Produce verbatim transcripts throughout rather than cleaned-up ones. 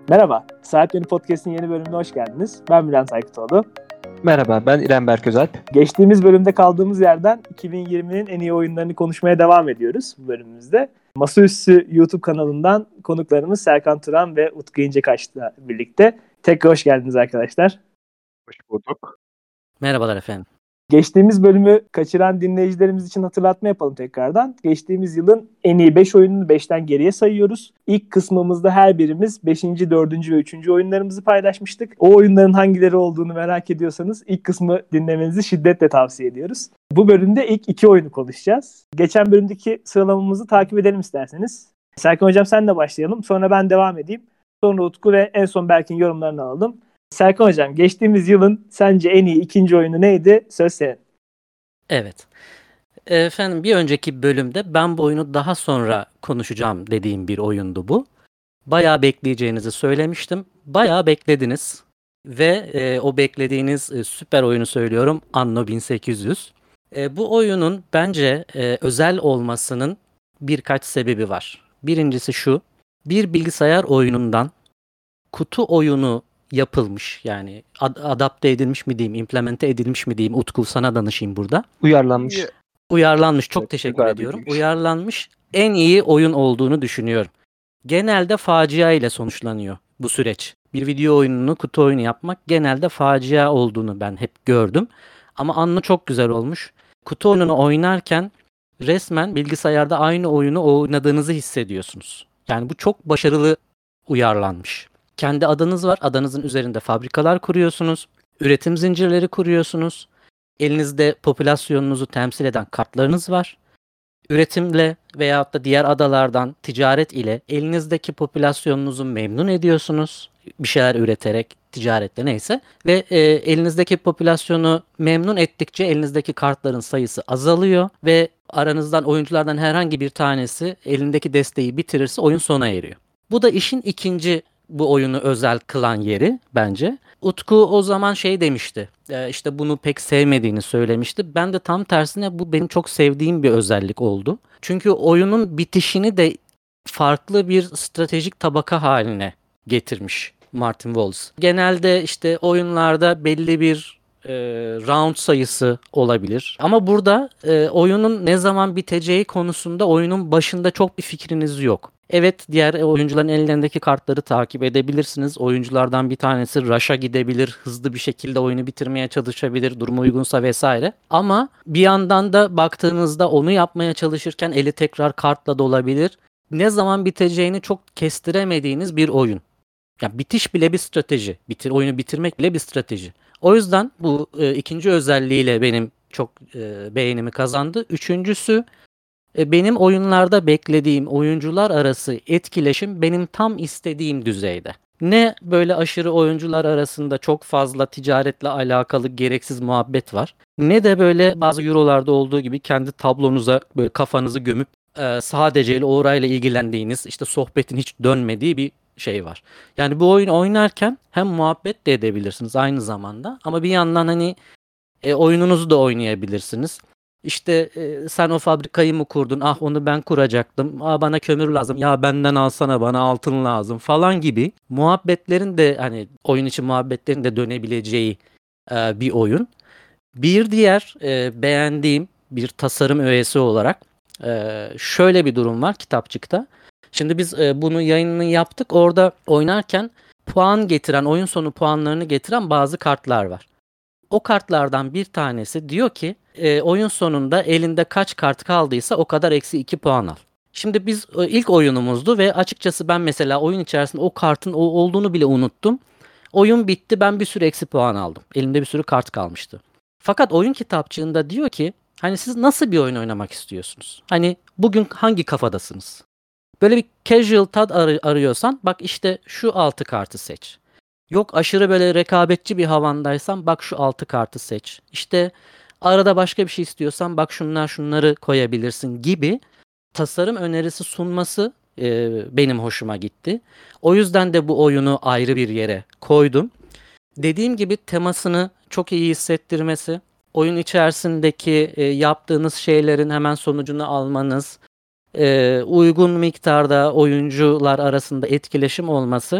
Merhaba, Saat Yönü Podcast'in yeni bölümüne hoş geldiniz. Ben Bülent Aykıtoğlu. Merhaba, ben İrem Berk Özalp. Geçtiğimiz bölümde kaldığımız yerden iki bin yirminin en iyi oyunlarını konuşmaya devam ediyoruz bu bölümümüzde. Masaüstü YouTube kanalından konuklarımız Serkan Turan ve Utku İncekaş'la birlikte. Tekrar hoş geldiniz arkadaşlar. Hoş bulduk. Merhabalar efendim. Geçtiğimiz bölümü kaçıran dinleyicilerimiz için hatırlatma yapalım tekrardan. Geçtiğimiz yılın en iyi beş oyununu beşten geriye sayıyoruz. İlk kısmımızda her birimiz beşinci, dördüncü ve üçüncü oyunlarımızı paylaşmıştık. O oyunların hangileri olduğunu merak ediyorsanız ilk kısmı dinlemenizi şiddetle tavsiye ediyoruz. Bu bölümde ilk iki oyunu konuşacağız. Geçen bölümdeki sıralamamızı takip edelim isterseniz. Serkan Hocam senle başlayalım. Sonra ben devam edeyim. Sonra Utku ve en son Berk'in yorumlarını alalım. Serkan Hocam, geçtiğimiz yılın sence en iyi ikinci oyunu neydi? Söz senin. Evet. Efendim bir önceki bölümde ben bu oyunu daha sonra konuşacağım dediğim bir oyundu bu. Bayağı bekleyeceğinizi söylemiştim. Bayağı beklediniz. Ve e, o beklediğiniz e, süper oyunu söylüyorum. Anno bin sekiz yüz. E, bu oyunun bence e, özel olmasının birkaç sebebi var. Birincisi şu. Bir bilgisayar oyunundan kutu oyunu yapılmış, yani ad- adapte edilmiş mi diyeyim, implemente edilmiş mi diyeyim, Utku sana danışayım burada. Uyarlanmış. Uyarlanmış, çok Evet, teşekkür güzel ediyorum. bilmiş. Uyarlanmış en iyi oyun olduğunu düşünüyorum. Genelde facia ile sonuçlanıyor bu süreç. Bir video oyununu kutu oyunu yapmak genelde facia olduğunu ben hep gördüm. Ama Anno çok güzel olmuş. Kutu oyununu oynarken resmen bilgisayarda aynı oyunu oynadığınızı hissediyorsunuz. Yani bu çok başarılı uyarlanmış. Kendi adanız var. Adanızın üzerinde fabrikalar kuruyorsunuz. Üretim zincirleri kuruyorsunuz. Elinizde popülasyonunuzu temsil eden kartlarınız var. Üretimle veyahut da diğer adalardan ticaret ile elinizdeki popülasyonunuzu memnun ediyorsunuz. Bir şeyler üreterek, ticaretle neyse. Ve e, elinizdeki popülasyonu memnun ettikçe elinizdeki kartların sayısı azalıyor. Ve aranızdan oyunculardan herhangi bir tanesi elindeki desteği bitirirse oyun sona eriyor. Bu da işin ikinci bu oyunu özel kılan yeri bence. Utku o zaman şey demişti, e, işte bunu pek sevmediğini söylemişti. Ben de tam tersine bu benim çok sevdiğim bir özellik oldu. Çünkü oyunun bitişini de farklı bir stratejik tabaka haline getirmiş Martin Wallace. Genelde işte oyunlarda belli bir e, round sayısı olabilir. Ama burada e, oyunun ne zaman biteceği konusunda oyunun başında çok bir fikriniz yok. Evet, diğer oyuncuların ellerindeki kartları takip edebilirsiniz. Oyunculardan bir tanesi rush'a gidebilir, hızlı bir şekilde oyunu bitirmeye çalışabilir, durumu uygunsa vesaire. Ama bir yandan da baktığınızda onu yapmaya çalışırken eli tekrar kartla dolabilir. Ne zaman biteceğini çok kestiremediğiniz bir oyun. Ya bitiş bile bir strateji. Bitir, oyunu bitirmek bile bir strateji. O yüzden bu e, ikinci özelliğiyle benim çok e, beğenimi kazandı. Üçüncüsü, e, benim oyunlarda beklediğim oyuncular arası etkileşim benim tam istediğim düzeyde. Ne böyle aşırı oyuncular arasında çok fazla ticaretle alakalı gereksiz muhabbet var. Ne de böyle bazı eurolarda olduğu gibi kendi tablonuza böyle kafanızı gömüp e, sadece orayla ilgilendiğiniz, işte sohbetin hiç dönmediği bir şey var. Yani bu oyunu oynarken hem muhabbet de edebilirsiniz aynı zamanda, ama bir yandan hani e, oyununuzu da oynayabilirsiniz. İşte e, sen o fabrikayı mı kurdun? Ah, onu ben kuracaktım. Aa, bana kömür lazım. Ya benden alsana, bana altın lazım falan gibi muhabbetlerin de, hani oyun içi muhabbetlerin de dönebileceği e, bir oyun. Bir diğer e, beğendiğim bir tasarım öğesi olarak e, şöyle bir durum var kitapçıkta. Şimdi biz e, bunu yayınını yaptık. Orada oynarken puan getiren, oyun sonu puanlarını getiren bazı kartlar var. O kartlardan bir tanesi diyor ki e, oyun sonunda elinde kaç kart kaldıysa o kadar eksi iki puan al. Şimdi biz e, ilk oyunumuzdu ve açıkçası ben mesela oyun içerisinde o kartın o olduğunu bile unuttum. Oyun bitti, ben bir sürü eksi puan aldım. Elimde bir sürü kart kalmıştı. Fakat oyun kitapçığında diyor ki hani siz nasıl bir oyun oynamak istiyorsunuz? Hani bugün hangi kafadasınız? Böyle bir casual tad ar- arıyorsan bak işte şu altı kartı seç. Yok aşırı böyle rekabetçi bir havandaysan bak şu altı kartı seç. İşte arada başka bir şey istiyorsan bak şunlar şunları koyabilirsin gibi tasarım önerisi sunması e, benim hoşuma gitti. O yüzden de bu oyunu ayrı bir yere koydum. Dediğim gibi temasını çok iyi hissettirmesi, oyun içerisindeki e, yaptığınız şeylerin hemen sonucunu almanız, e, uygun miktarda oyuncular arasında etkileşim olması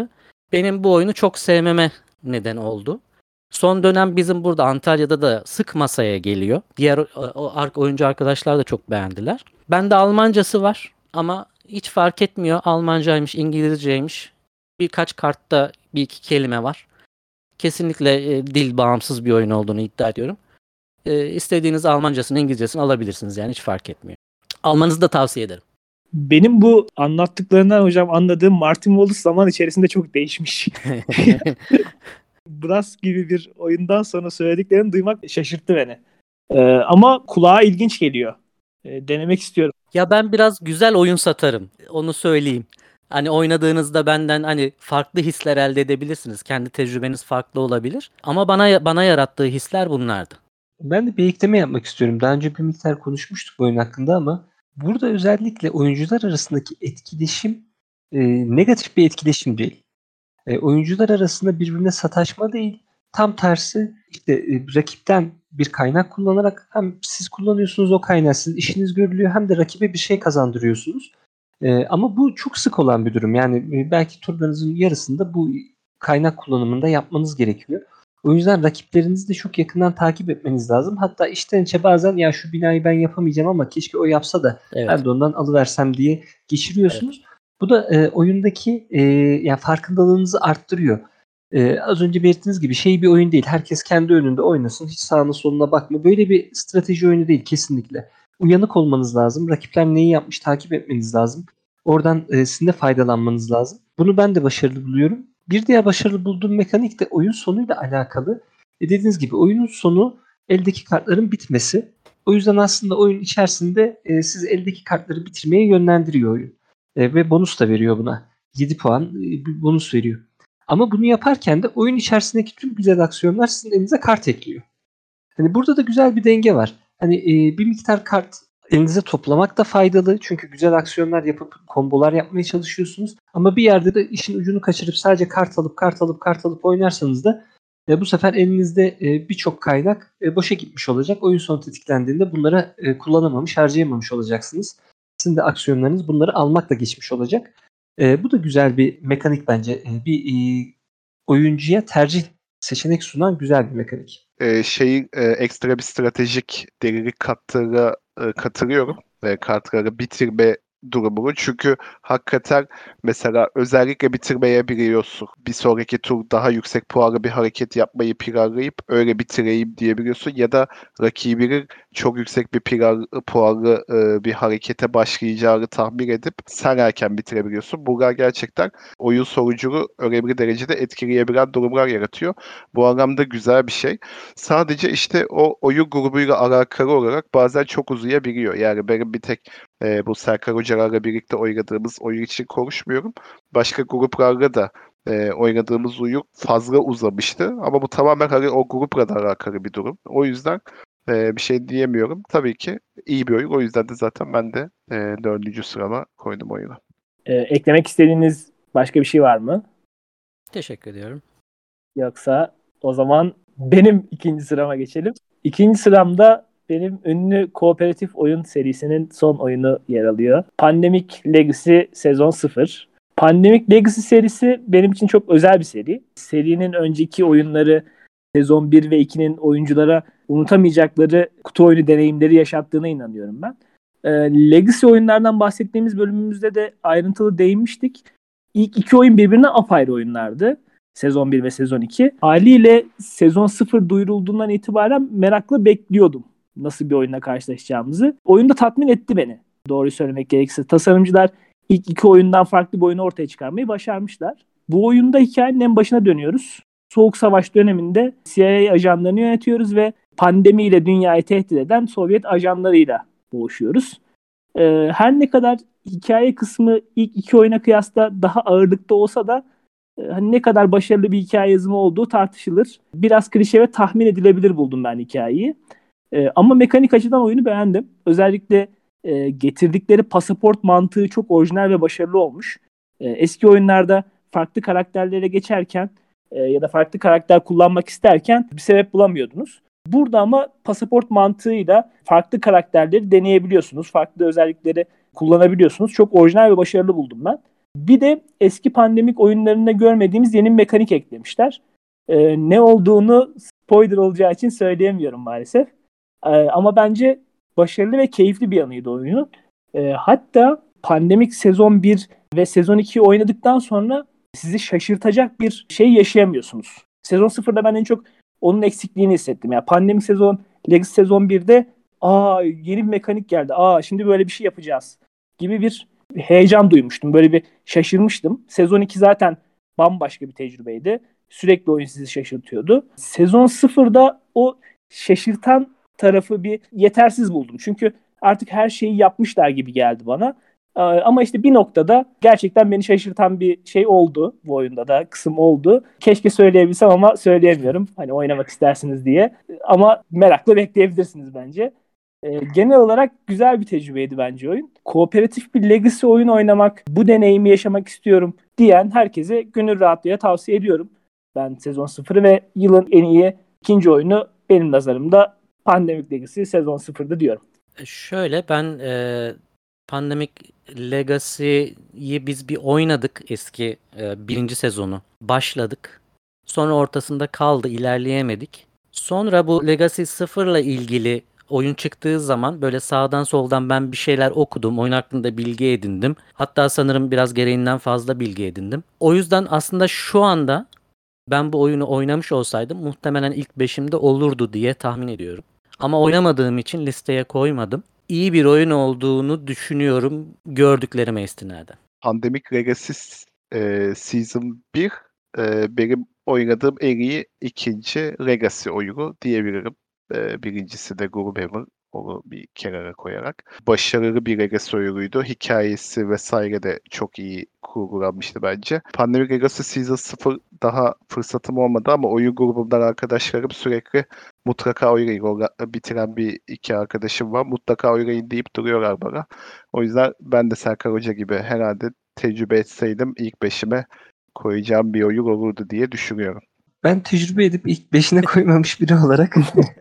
benim bu oyunu çok sevmeme neden oldu. Son dönem bizim burada Antalya'da da sık masaya geliyor. Diğer o, o ark- oyuncu arkadaşlar da çok beğendiler. Bende Almancası var ama hiç fark etmiyor. Almancaymış, İngilizceymiş. Birkaç kartta bir iki kelime var. Kesinlikle e, dil bağımsız bir oyun olduğunu iddia ediyorum. E, istediğiniz Almancasını, İngilizcesini alabilirsiniz yani hiç fark etmiyor. Almanızı da tavsiye ederim. Benim bu anlattıklarından hocam anladığım Martin Wallace zaman içerisinde çok değişmiş. Brass gibi bir oyundan sonra söylediklerini duymak şaşırttı beni. Ee, ama kulağa ilginç geliyor. Ee, denemek istiyorum. Ya ben biraz güzel oyun satarım. Onu söyleyeyim. Hani oynadığınızda benden hani farklı hisler elde edebilirsiniz. Kendi tecrübeniz farklı olabilir. Ama bana bana yarattığı hisler bunlardı. Ben de bir ekleme yapmak istiyorum. Daha önce bir miktar konuşmuştuk bu oyun hakkında ama burada özellikle oyuncular arasındaki etkileşim e, negatif bir etkileşim değil. E, oyuncular arasında birbirine sataşma değil. Tam tersi işte e, rakipten bir kaynak kullanarak hem siz kullanıyorsunuz o kaynağı, sizin işiniz görülüyor hem de rakibe bir şey kazandırıyorsunuz. E, ama bu çok sık olan bir durum. Yani e, belki turlarınızın yarısında bu kaynak kullanımında yapmanız gerekiyor. O yüzden rakiplerinizi de çok yakından takip etmeniz lazım. Hatta içten içe bazen ya şu binayı ben yapamayacağım ama keşke o yapsa da Evet. ben de ondan alıversem diye Evet. geçiriyorsunuz. Bu da e, oyundaki e, yani farkındalığınızı arttırıyor. E, az önce belirttiğiniz gibi şey bir oyun değil. Herkes kendi önünde oynasın. Hiç sağına soluna bakma. Böyle bir strateji oyunu değil kesinlikle. Uyanık olmanız lazım. Rakipler neyi yapmış takip etmeniz lazım. Oradan e, sizin de faydalanmanız lazım. Bunu ben de başarılı buluyorum. Bir diğer başarılı bulduğum mekanik de oyun sonuyla alakalı. E, dediğiniz gibi oyunun sonu eldeki kartların bitmesi. O yüzden aslında oyun içerisinde e, siz eldeki kartları bitirmeye yönlendiriyor oyun. E, ve bonus da veriyor buna. yedi puan e, bir bonus veriyor. Ama bunu yaparken de oyun içerisindeki tüm güzel aksiyonlar sizin elinize kart ekliyor. Hani burada da güzel bir denge var. Hani e, bir miktar kart elinize toplamak da faydalı. Çünkü güzel aksiyonlar yapıp kombolar yapmaya çalışıyorsunuz. Ama bir yerde de işin ucunu kaçırıp sadece kart alıp kart alıp kart alıp oynarsanız da e, bu sefer elinizde e, birçok kaynak e, boşa gitmiş olacak. Oyun sonu tetiklendiğinde bunları e, kullanamamış, harcayamamış olacaksınız. Sizin de aksiyonlarınız bunları almakla geçmiş olacak. E, bu da güzel bir mekanik bence. E, bir e, oyuncuya tercih seçenek sunan güzel bir mekanik. e, şeyi e, ekstra bir stratejik delilik kattığına e, katılıyorum. E, kartları bitirme durumunu. Çünkü hakikaten mesela özellikle bitirmeye biliyorsun. Bir sonraki tur daha yüksek puanlı bir hareket yapmayı planlayıp öyle bitireyim diyebiliyorsun. Ya da rakibinin çok yüksek bir plan, puanlı e, bir harekete başlayacağını tahmin edip sen erken bitirebiliyorsun. Bunlar gerçekten oyun sonucunu önemli derecede etkileyebilen durumlar yaratıyor. Bu anlamda güzel bir şey. Sadece işte o oyun grubuyla alakalı olarak bazen çok uzayabiliyor. Yani benim bir tek e, bu Serkan Hocalarla birlikte oynadığımız oyun için konuşmuyorum. Başka gruplarla da e, oynadığımız oyun fazla uzamıştı. Ama bu tamamen hani o grupla da alakalı bir durum. O yüzden e, bir şey diyemiyorum. Tabii ki iyi bir oyun. O yüzden de zaten ben de e, dördüncü sırama koydum oyunu. Ee, eklemek istediğiniz başka bir şey var mı? Teşekkür ediyorum. Yoksa o zaman benim ikinci sırama geçelim. İkinci sıramda benim ünlü kooperatif oyun serisinin son oyunu yer alıyor. Pandemic Legacy Sezon sıfır. Pandemic Legacy serisi benim için çok özel bir seri. Serinin önceki oyunları Sezon bir ve ikinin oyunculara unutamayacakları kutu oyunu deneyimleri yaşattığına inanıyorum ben. Ee, Legacy oyunlardan bahsettiğimiz bölümümüzde de ayrıntılı değinmiştik. İlk iki oyun birbirine apayrı oyunlardı. Sezon bir ve sezon iki. Haliyle sezon sıfır duyurulduğundan itibaren merakla bekliyordum nasıl bir oyunla karşılaşacağımızı. Oyun da tatmin etti beni. Doğruyu söylemek gerekirse. Tasarımcılar ilk iki oyundan farklı bir oyunu ortaya çıkarmayı başarmışlar. Bu oyunda hikayenin en başına dönüyoruz. Soğuk Savaş döneminde C I A ajanlarını yönetiyoruz ve pandemiyle dünyayı tehdit eden Sovyet ajanlarıyla boğuşuyoruz. Ee, her ne kadar hikaye kısmı ilk iki oyuna kıyasla daha ağırlıkta olsa da hani ne kadar başarılı bir hikaye yazımı olduğu tartışılır. Biraz klişe ve tahmin edilebilir buldum ben hikayeyi. Ee, ama mekanik açıdan oyunu beğendim. Özellikle e, getirdikleri pasaport mantığı çok orijinal ve başarılı olmuş. E, eski oyunlarda farklı karakterlere geçerken e, ya da farklı karakter kullanmak isterken bir sebep bulamıyordunuz. Burada ama pasaport mantığıyla farklı karakterleri deneyebiliyorsunuz. Farklı özellikleri kullanabiliyorsunuz. Çok orijinal ve başarılı buldum ben. Bir de eski Pandemik oyunlarında görmediğimiz yeni bir mekanik eklemişler. Ee, ne olduğunu spoiler olacağı için söyleyemiyorum maalesef. Ee, ama bence başarılı ve keyifli bir yanıydı oyunun. Ee, hatta Pandemik sezon bir ve sezon ikiyi oynadıktan sonra sizi şaşırtacak bir şey yaşayamıyorsunuz. Sezon sıfırda ben en çok onun eksikliğini hissettim. Yani Pandemik sezon, Legacy sezon birde aa yeni bir mekanik geldi. Aa şimdi böyle bir şey yapacağız gibi bir heyecan duymuştum. Böyle bir şaşırmıştım. Sezon iki zaten bambaşka bir tecrübeydi. Sürekli oyun sizi şaşırtıyordu. Sezon sıfırda o şaşırtan tarafı bir yetersiz buldum. Çünkü artık her şeyi yapmışlar gibi geldi bana. Ee, Ama işte bir noktada gerçekten beni şaşırtan bir şey oldu. Bu oyunda da kısım oldu. Keşke söyleyebilsem ama söyleyemiyorum. Hani oynamak istersiniz diye. Ama merakla bekleyebilirsiniz bence. Ee, genel olarak güzel bir tecrübeydi bence oyun. Kooperatif bir Legacy oyun oynamak, bu deneyimi yaşamak istiyorum diyen herkese gönül rahatlığıyla tavsiye ediyorum. Ben sezon sıfırı ve yılın en iyi ikinci oyunu benim nazarımda Pandemic Legacy sezon sıfırdı diyorum. Şöyle ben e, Pandemic Legacy'yi biz bir oynadık eski e, birinci sezonu. Başladık. Sonra ortasında kaldı, ilerleyemedik. Sonra bu Legacy sıfırla ilgili oyun çıktığı zaman böyle sağdan soldan ben bir şeyler okudum. Oyun hakkında bilgi edindim. Hatta sanırım biraz gereğinden fazla bilgi edindim. O yüzden aslında şu anda ben bu oyunu oynamış olsaydım muhtemelen ilk beşimde olurdu diye tahmin ediyorum. Ama oynamadığım için listeye koymadım. İyi bir oyun olduğunu düşünüyorum gördüklerime istinaden. Pandemic Legacy e, Season bir e, benim oynadığım en iyi ikinci Legacy oyunu diyebilirim. E, birincisi de Gloomhaven. Onu bir kenara koyarak. Başarılı bir Legacy oyunuydu. Hikayesi vesaire de çok iyi kurgulanmıştı bence. Pandemic Legacy Season sıfır daha fırsatım olmadı ama oyun grubumdan arkadaşlarım sürekli mutlaka oynayın. Orada bitiren bir iki arkadaşım var. Mutlaka oynayın deyip duruyorlar bana. O yüzden ben de Serkan Hoca gibi herhalde tecrübe etseydim ilk beşime koyacağım bir oyun olurdu diye düşünüyorum. Ben tecrübe edip ilk beşine koymamış biri olarak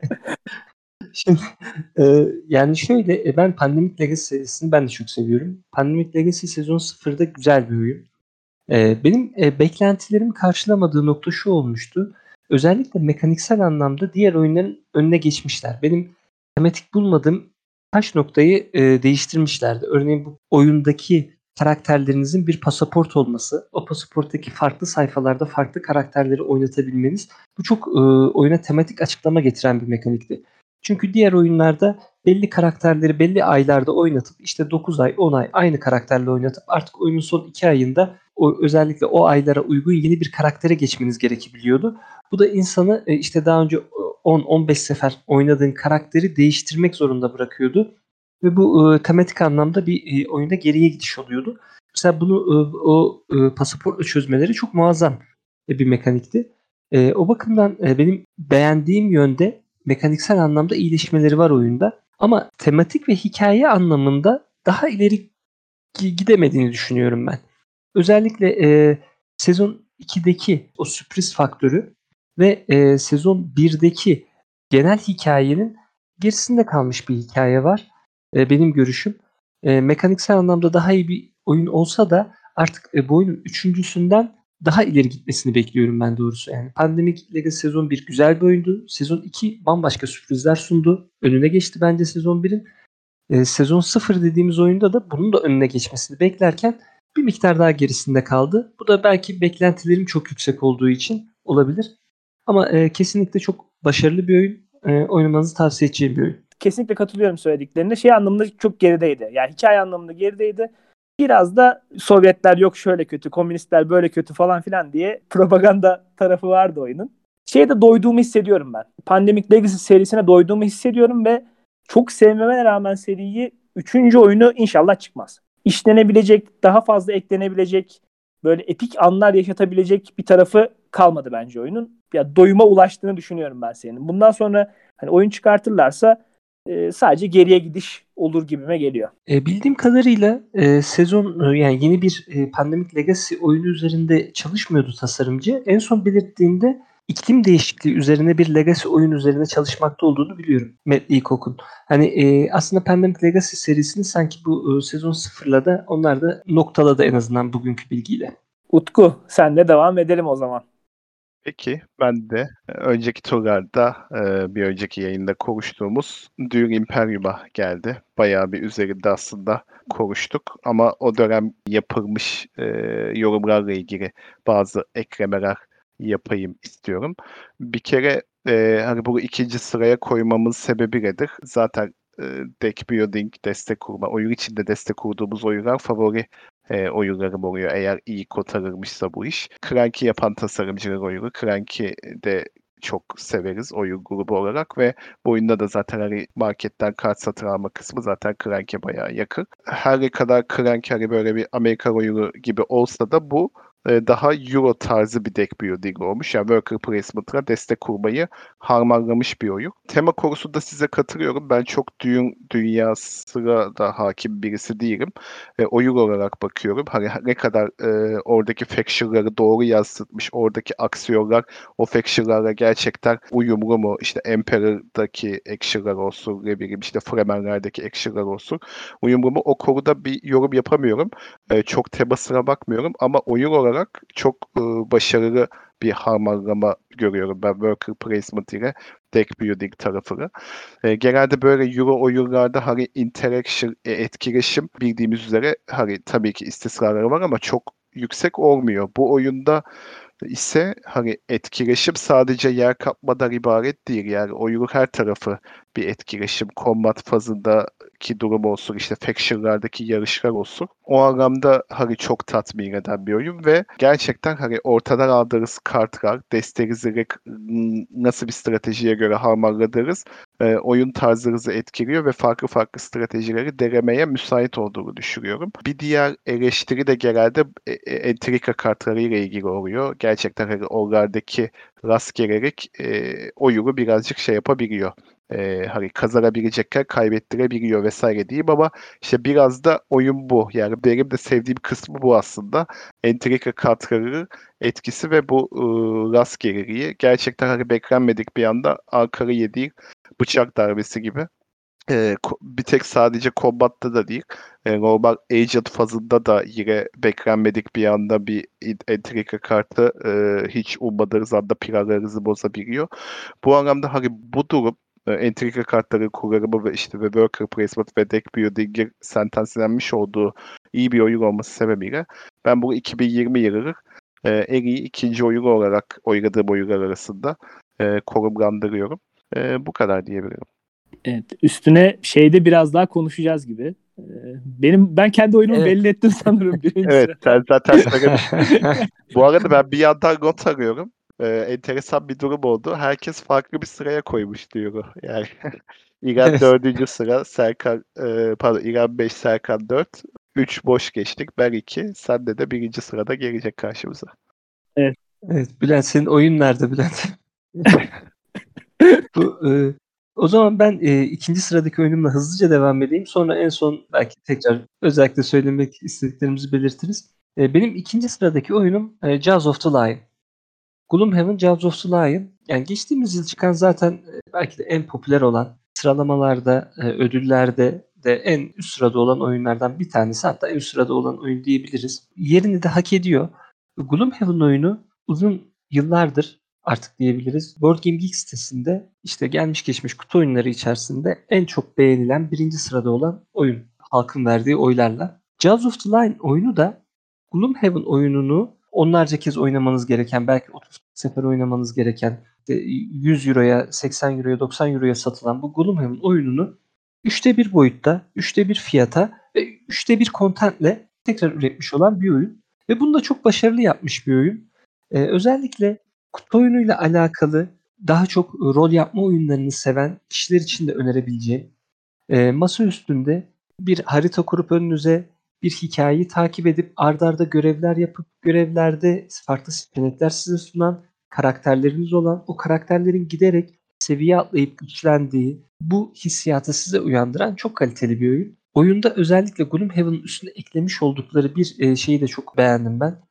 şimdi e, yani şöyle e, ben Pandemic Legacy serisini ben de çok seviyorum. Pandemic Legacy sezon sıfırda güzel bir oyun. E, benim e, beklentilerimi karşılamadığı nokta şu olmuştu. Özellikle mekaniksel anlamda diğer oyunların önüne geçmişler. Benim tematik bulmadığım kaç noktayı e, değiştirmişlerdi. Örneğin bu oyundaki karakterlerinizin bir pasaport olması, o pasaporttaki farklı sayfalarda farklı karakterleri oynatabilmeniz, bu çok e, oyuna tematik açıklama getiren bir mekanikti. Çünkü diğer oyunlarda belli karakterleri belli aylarda oynatıp işte dokuz ay on ay aynı karakterle oynatıp artık oyunun son iki ayında o, özellikle o aylara uygun yeni bir karaktere geçmeniz gerekebiliyordu. Bu da insanı e, işte daha önce on on beş sefer oynadığın karakteri değiştirmek zorunda bırakıyordu. Ve bu e, tematik anlamda bir e, oyunda geriye gidiş oluyordu. Mesela bunu e, o e, pasaportla çözmeleri çok muazzam e, bir mekanikti. E, o bakımdan e, benim beğendiğim yönde mekaniksel anlamda iyileşmeleri var oyunda. Ama tematik ve hikaye anlamında daha ileri gidemediğini düşünüyorum ben. Özellikle e, sezon ikideki o sürpriz faktörü ve e, sezon birdeki genel hikayenin gerisinde kalmış bir hikaye var. E, benim görüşüm. E, mekaniksel anlamda daha iyi bir oyun olsa da artık e, bu oyunun üçüncüsünden daha ileri gitmesini bekliyorum ben doğrusu. Yani Pandemic Legacy sezon bir güzel bir oyundu. Sezon iki bambaşka sürprizler sundu. Önüne geçti bence sezon birin. E, sezon sıfır dediğimiz oyunda da bunun da önüne geçmesini beklerken bir miktar daha gerisinde kaldı. Bu da belki beklentilerim çok yüksek olduğu için olabilir. Ama e, kesinlikle çok başarılı bir oyun. E, oynamanızı tavsiye edeceğim bir oyun. Kesinlikle katılıyorum söylediklerine. Şey anlamında çok gerideydi. Yani hikaye anlamında gerideydi. Biraz da Sovyetler yok şöyle kötü, komünistler böyle kötü falan filan diye propaganda tarafı vardı oyunun. Şeye de doyduğumu hissediyorum ben. Pandemic Legacy serisine doyduğumu hissediyorum ve çok sevmeme rağmen seriyi üçüncü oyunu inşallah çıkmaz. İşlenebilecek, daha fazla eklenebilecek, böyle epik anlar yaşatabilecek bir tarafı kalmadı bence oyunun. Ya doyuma ulaştığını düşünüyorum ben senin. Bundan sonra hani oyun çıkartırlarsa e, sadece geriye gidiş olur gibime geliyor. E, bildiğim kadarıyla e, sezon e, yani yeni bir e, Pandemic Legacy oyunu üzerinde çalışmıyordu tasarımcı. En son belirttiğinde iklim değişikliği üzerine bir legacy oyun üzerine çalışmakta olduğunu biliyorum. Matt Leacock'un. Hani e, aslında Pandemic Legacy serisini sanki bu e, sezon sıfırla da onlar da noktaladı en azından bugünkü bilgiyle. Utku, senle devam edelim o zaman. Peki ben de e, önceki turlarda e, bir önceki yayında konuştuğumuz Dune Imperium'a geldi. Bayağı bir üzerinde aslında konuştuk ama o dönem yapılmış e, yorumlarla ilgili bazı eklemeler yapayım istiyorum. Bir kere e, hani bunu ikinci sıraya koymamın sebebi nedir? Zaten e, deck building, destek kurma, oyun içinde destek kurduğumuz oyunlar favori e, oyunlarım oluyor eğer iyi kotarılmışsa bu iş. Cranky yapan tasarımcılar oyunu. Cranky de çok severiz oyun grubu olarak ve bu oyunda da zaten hani marketten kart satın alma kısmı zaten Crank'e bayağı yakın. Her ne kadar Crank hani böyle bir Amerikan oyunu gibi olsa da bu e, daha Euro tarzı bir deck building olmuş. Yani worker placement'la destek kurmayı harmanlamış bir oyun. Tema konusunda size katılıyorum. Ben çok düğün dünyasına da hakim birisi değilim. E, oyun olarak bakıyorum. Hani ne kadar e, oradaki faction'ları doğru yansıtmış, oradaki aksiyonlar o faction'larla gerçekten uyumlu mu? İşte Emperor'daki action'lar olsun, ne bileyim işte Fremenler'deki action'lar olsun. Uyumlu mu? O konuda bir yorum yapamıyorum. E, çok temasına bakmıyorum ama oyun olarak çok e, başarılı bir harmanlama görüyorum ben worker placement ile deck building tarafını. E, genelde böyle Euro oyunlarda hani interaction, e, etkileşim bildiğimiz üzere hani tabii ki istisnaları var ama çok yüksek olmuyor. Bu oyunda ise hani etkileşim sadece yer kapmadan ibaret değil. Yani oyunun her tarafı bir etkileşim. Combat fazındaki durum olsun, işte faction'lardaki yarışlar olsun. O anlamda hani çok tatmin eden bir oyun ve gerçekten hani ortadan aldığınız kartlar, desteğinizi nasıl bir stratejiye göre harmanladığınız e, oyun tarzınızı etkiliyor ve farklı farklı stratejileri denemeye müsait olduğunu düşünüyorum. Bir diğer eleştiri de genelde e, e, entrika kartlarıyla ilgili oluyor. Gerçekten hani onlardaki rastgelelik e, oyunu birazcık şey yapabiliyor. E, hani kazanabilecekken kaybettirebiliyor vesaire diyeyim ama işte biraz da oyun bu. Yani benim de sevdiğim kısmı bu aslında. Entrika kartları etkisi ve bu e, rastgeleliği gerçekten hani beklenmedik bir anda arkarı yediği bıçak darbesi gibi. E, bir tek sadece combat'ta da değil. E, normal agent fazında da yine beklenmedik bir anda bir entrika kartı e, hiç ummadığınız anda planlarınızı bozabiliyor. Bu anlamda hani bu durum e, entrika kartları kullanımı ve işte ve worker placement ve deck building'in sentencelenmiş olduğu iyi bir oyun olması sebebiyle ben bu iki bin yirmi yılının e, en iyi ikinci oyunu olarak oynadığım oyunlar arasında e, konumlandırıyorum. E, bu kadar diyebilirim. Evet, üstüne şeyde biraz daha konuşacağız gibi. Ee, Benim ben kendi oyunumu Evet. belli ettim sanırım birinci Evet, sırada. sen zaten söylemiştin. Bu arada ben bir yandan not arıyorum. Ee, enteresan bir durum oldu. Herkes farklı bir sıraya koymuş diyor. Yani İrem dördüncü sıra, Serkan, e, pardon İrem beş, Serkan dört. üç boş geçtik. Ben iki. Sen de de birinci sırada gelecek karşımıza. Evet Bülent, senin oyun nerede Bülent? Bu, e, o zaman ben e, ikinci sıradaki oyunumla hızlıca devam edeyim. Sonra en son belki tekrar özellikle söylemek istediklerimizi belirtiriz. E, benim ikinci sıradaki oyunum e, Jaws of the Lion. Gloomhaven Jaws of the Lion. Yani geçtiğimiz yıl çıkan zaten e, belki de en popüler olan sıralamalarda, e, ödüllerde de en üst sırada olan oyunlardan bir tanesi. Hatta en üst sırada olan oyun diyebiliriz. Yerini de hak ediyor. Gloomhaven oyunu uzun yıllardır artık diyebiliriz. Board Game Geek sitesinde işte gelmiş geçmiş kutu oyunları içerisinde en çok beğenilen birinci sırada olan oyun. Halkın verdiği oylarla. Jaws of the Lion oyunu da Gloomhaven oyununu onlarca kez oynamanız gereken, belki otuz sefer oynamanız gereken, yüz euroya, seksen euroya, doksan euroya satılan bu Gloomhaven oyununu üçte bir boyutta, üçte bir fiyata ve üçte bir contentle tekrar üretmiş olan bir oyun. Ve bunu da çok başarılı yapmış bir oyun. Ee, özellikle kutu oyunuyla alakalı daha çok rol yapma oyunlarını seven kişiler için de önerebileceğim, e, masa üstünde bir harita kurup önünüze bir hikayeyi takip edip ardarda arda görevler yapıp görevlerde farklı seçenekler size sunan, karakterleriniz olan, o karakterlerin giderek seviye atlayıp güçlendiği, bu hissiyatı size uyandıran çok kaliteli bir oyun. Oyunda özellikle Gloomhaven'ın üstüne eklemiş oldukları bir e, şeyi de çok beğendim ben.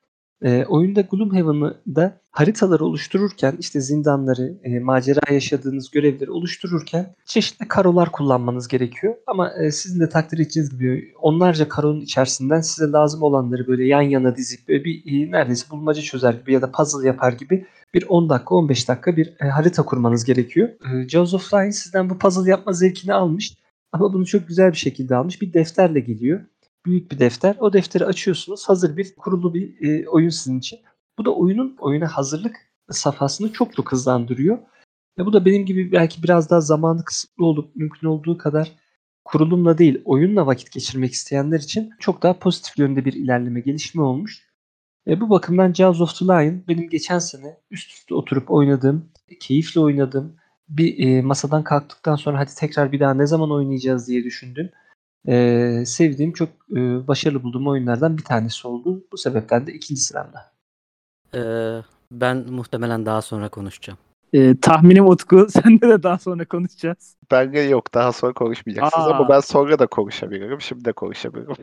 E, oyunda Gloomhaven'da haritaları oluştururken işte zindanları, e, macera yaşadığınız görevleri oluştururken çeşitli karolar kullanmanız gerekiyor. Ama e, sizin de takdir edeceğiniz gibi onlarca karonun içerisinden size lazım olanları böyle yan yana dizip böyle bir e, neredeyse bulmaca çözer gibi ya da puzzle yapar gibi bir on dakika on beş dakika bir e, harita kurmanız gerekiyor. E, Jaws of Lion sizden bu puzzle yapma zevkini almış ama bunu çok güzel bir şekilde almış. Bir defterle geliyor. Büyük bir defter. O defteri açıyorsunuz. Hazır bir kurulu bir e, oyun sizin için. Bu da oyunun oyuna hazırlık safhasını çok çok hızlandırıyor. Ve bu da benim gibi belki biraz daha zamanı kısıtlı olup mümkün olduğu kadar kurulumla değil oyunla vakit geçirmek isteyenler için çok daha pozitif yönde bir ilerleme, gelişme olmuş. E, bu bakımdan Jaws of the Lion benim geçen sene üst üste oturup oynadığım, keyifle oynadığım, bir e, masadan kalktıktan sonra hadi tekrar bir daha ne zaman oynayacağız diye düşündüm. Ee, sevdiğim, çok e, başarılı bulduğum oyunlardan bir tanesi oldu. Bu sebepten de ikinci sıramda. Ee, ben muhtemelen daha sonra konuşacağım. Ee, tahminim Utku. Sende de daha sonra konuşacağız. Bence yok, daha sonra konuşmayacaksınız Aa. ama ben sonra da konuşabilirim. Şimdi de konuşabilirim.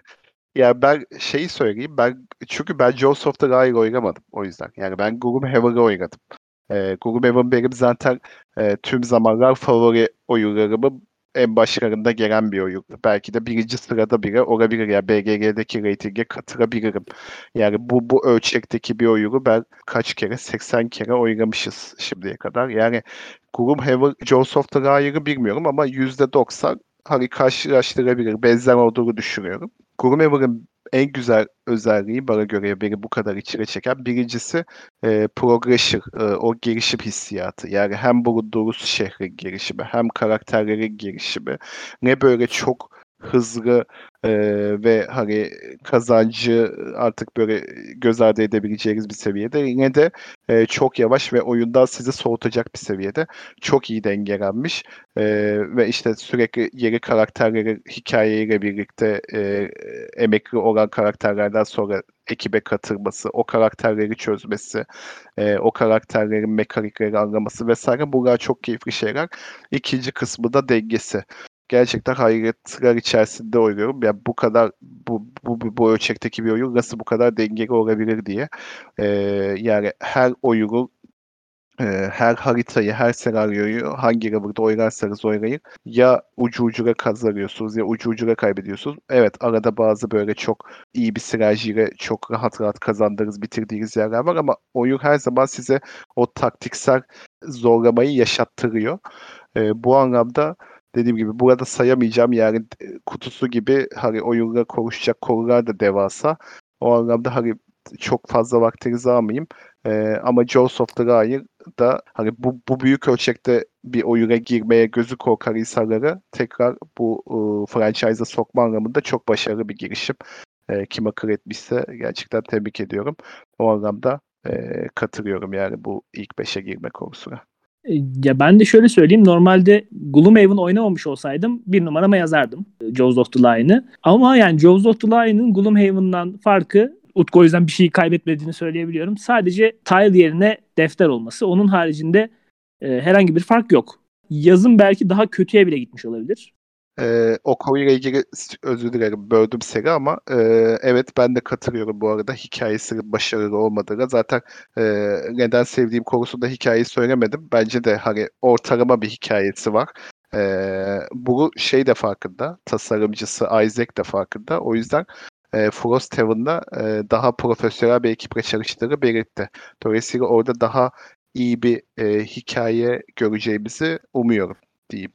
Ya ben şeyi söyleyeyim. Ben çünkü ben Jaws of the Lion oynamadım o yüzden. Yani ben Gloomhaven'ı oynadım. E, Gloomhaven benim zaten e, tüm zamanlar favori oyunlarımın en başlarında gelen bir oyun. Belki de birinci sırada bile olabilir. Yani B G G'deki reytinge katılabilirim. Yani bu bu ölçekteki bir oyunu ben kaç kere? seksen kere oynamışız şimdiye kadar. Yani Gloomhaven, Jaws of the Lion'ı bilmiyorum ama yüzde doksan hani karşılaştırabilir. Benzer olduğunu düşünüyorum. Gloomhaven'ın en güzel özelliği bana göre beni bu kadar içine çeken birincisi e, progression, e, o gelişim hissiyatı. Yani hem bulunduğumuz şehrin gelişimi hem karakterlerin gelişimi ne böyle çok hızlı e, ve hani kazancı artık böyle göz ardı edebileceğiniz bir seviyede ne de e, çok yavaş ve oyundan sizi soğutacak bir seviyede çok iyi dengelenmiş. E, ve işte sürekli yeni karakterlerin hikayeyle birlikte e, emekli olan karakterlerden sonra ekibe katılması, o karakterleri çözmesi, e, o karakterlerin mekanikleri anlaması vesaire bunlar çok keyifli şeyler. İkinci kısmı da dengesi. Gerçekten hayretler içerisinde oynuyorum. Yani bu kadar bu, bu, bu, bu ölçekteki bir oyun nasıl bu kadar dengeli olabilir diye. E, yani her oyunun e, her haritayı, her senaryoyu hangi level'da oynarsanız oynayın ya ucu ucuna kazanıyorsunuz ya ucu ucuna kaybediyorsunuz. Evet, arada bazı böyle çok iyi bir sinerjiyle çok rahat rahat kazandığınız, bitirdiğiniz yerler var ama oyun her zaman size o taktiksel zorlamayı yaşattırıyor. E, bu anlamda dediğim gibi burada sayamayacağım yani kutusu gibi hani oyunla konuşacak konular da devasa. O anlamda hani çok fazla vaktinizi almayayım. Ee, ama Jaws of the Lion da hani bu, bu büyük ölçekte bir oyuna girmeye gözü korkan insanları tekrar bu e, franchise'a sokma anlamında çok başarılı bir girişim. E, kim akıl etmişse gerçekten tebrik ediyorum. O anlamda e, katılıyorum yani bu ilk beşe girme konusuna. Ya ben de şöyle söyleyeyim. Normalde Gloomhaven oynamamış olsaydım bir numarama yazardım Jaws of the Lion'ı. Ama yani Jaws of the Lion'ın Gloomhaven'dan farkı, Utku o yüzden bir şey kaybetmediğini söyleyebiliyorum. Sadece tile yerine defter olması. Onun haricinde e, herhangi bir fark yok. Yazım belki daha kötüye bile gitmiş olabilir. Ee, o konuyla ilgili özür dilerim böldüm seni ama e, evet ben de katılıyorum bu arada hikayesi başarılı olmadığına. Zaten e, neden sevdiğim konusunda hikayeyi söylemedim. Bence de hani ortalama bir hikayesi var. E, bu şey de farkında. Tasarımcısı Isaac de farkında. O yüzden e, Frosthaven'da e, daha profesyonel bir ekiple çalıştığı belirtti. Dolayısıyla orada daha iyi bir e, hikaye göreceğimizi umuyorum diyeyim.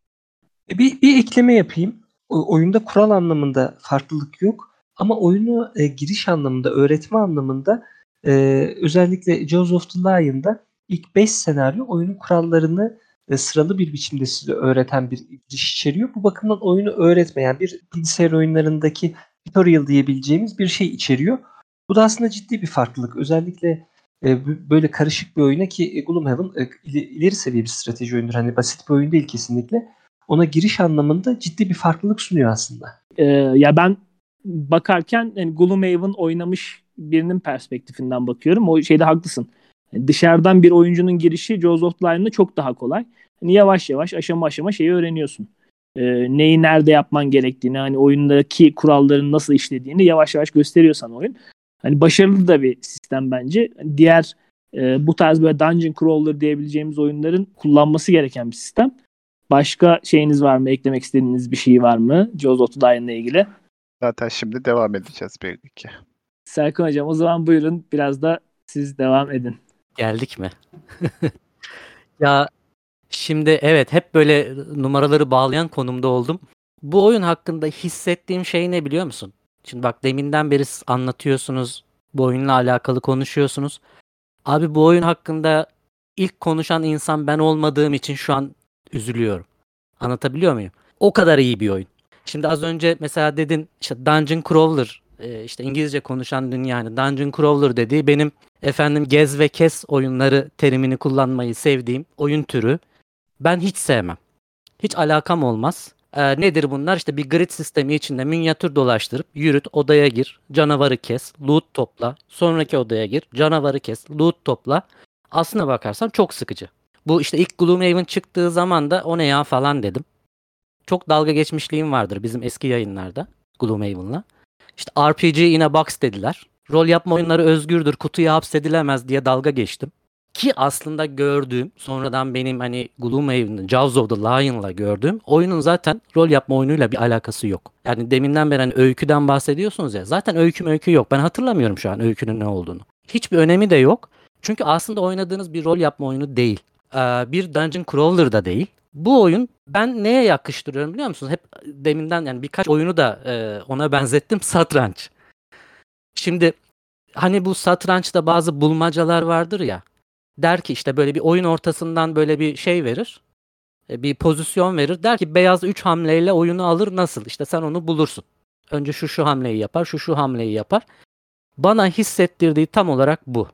Bir, bir ekleme yapayım. O, oyunda kural anlamında farklılık yok. Ama oyunu e, giriş anlamında, öğretme anlamında e, özellikle Jaws of the Lion'da ilk beş senaryo oyunun kurallarını e, sıralı bir biçimde size öğreten bir giriş içeriyor. Bu bakımdan oyunu öğretmeyen bir bilgisayar oyunlarındaki tutorial diyebileceğimiz bir şey içeriyor. Bu da aslında ciddi bir farklılık. Özellikle e, böyle karışık bir oyuna ki Gloomhaven e, ileri seviye bir strateji oyunudur. Hani basit bir oyun değil kesinlikle. Ona giriş anlamında ciddi bir farklılık sunuyor aslında. Ee, ya ben bakarken yani Gloomhaven oynamış birinin perspektifinden bakıyorum. O şeyde haklısın. Yani dışarıdan bir oyuncunun girişi Jaws of the Lion'da çok daha kolay. Hani yavaş yavaş aşama aşama şeyi öğreniyorsun. Ee, neyi nerede yapman gerektiğini, hani oyundaki kuralların nasıl işlediğini yavaş yavaş gösteriyor sana oyun. Hani başarılı da bir sistem bence. Diğer e, bu tarz böyle dungeon crawler diyebileceğimiz oyunların kullanması gereken bir sistem. Başka şeyiniz var mı? Eklemek istediğiniz bir şey var mı? Jaws of the Lion'la ilgili. Zaten şimdi devam edeceğiz birlikte. Serkan Hocam o zaman buyurun biraz da siz devam edin. Geldik mi? Ya şimdi evet hep böyle numaraları bağlayan konumda oldum. Bu oyun hakkında hissettiğim şey ne biliyor musun? Şimdi bak deminden beri siz anlatıyorsunuz. Bu oyunla alakalı konuşuyorsunuz. Abi bu oyun hakkında ilk konuşan insan ben olmadığım için şu an üzülüyorum. Anlatabiliyor muyum? O kadar iyi bir oyun. Şimdi az önce mesela dedin işte Dungeon Crawler, e, işte İngilizce konuşan dünya yani Dungeon Crawler dediği benim efendim gez ve kes oyunları terimini kullanmayı sevdiğim oyun türü. Ben hiç sevmem. Hiç alakam olmaz. Ee, nedir bunlar? İşte bir grid sistemi içinde minyatür dolaştırıp yürüt, odaya gir, canavarı kes, loot topla, sonraki odaya gir, canavarı kes, loot topla. Aslına bakarsan çok sıkıcı. Bu işte ilk Gloomhaven çıktığı zaman da o ne ya falan dedim. Çok dalga geçmişliğim vardır bizim eski yayınlarda Gloomhaven'la. İşte R P G in a box dediler. Rol yapma oyunları özgürdür, kutuya hapsedilemez diye dalga geçtim. Ki aslında gördüğüm, sonradan benim hani Gloomhaven'ın, Jaws of the Lion'la gördüğüm oyunun zaten rol yapma oyunuyla bir alakası yok. Yani deminden beri hani öyküden bahsediyorsunuz ya. Zaten öykü öykü yok. Ben hatırlamıyorum şu an öykünün ne olduğunu. Hiçbir önemi de yok. Çünkü aslında oynadığınız bir rol yapma oyunu değil. Ee, bir Dungeon Crawler da değil. Bu oyun ben neye yakıştırıyorum biliyor musunuz? Hep deminden yani birkaç oyunu da e, ona benzettim. Satranç. Şimdi hani bu satrançta bazı bulmacalar vardır ya. Der ki işte böyle bir oyun ortasından böyle bir şey verir. e, Bir pozisyon verir. Der ki beyaz üç hamleyle oyunu alır nasıl? İşte sen onu bulursun. Önce şu şu hamleyi yapar, şu şu hamleyi yapar. Bana hissettirdiği tam olarak bu.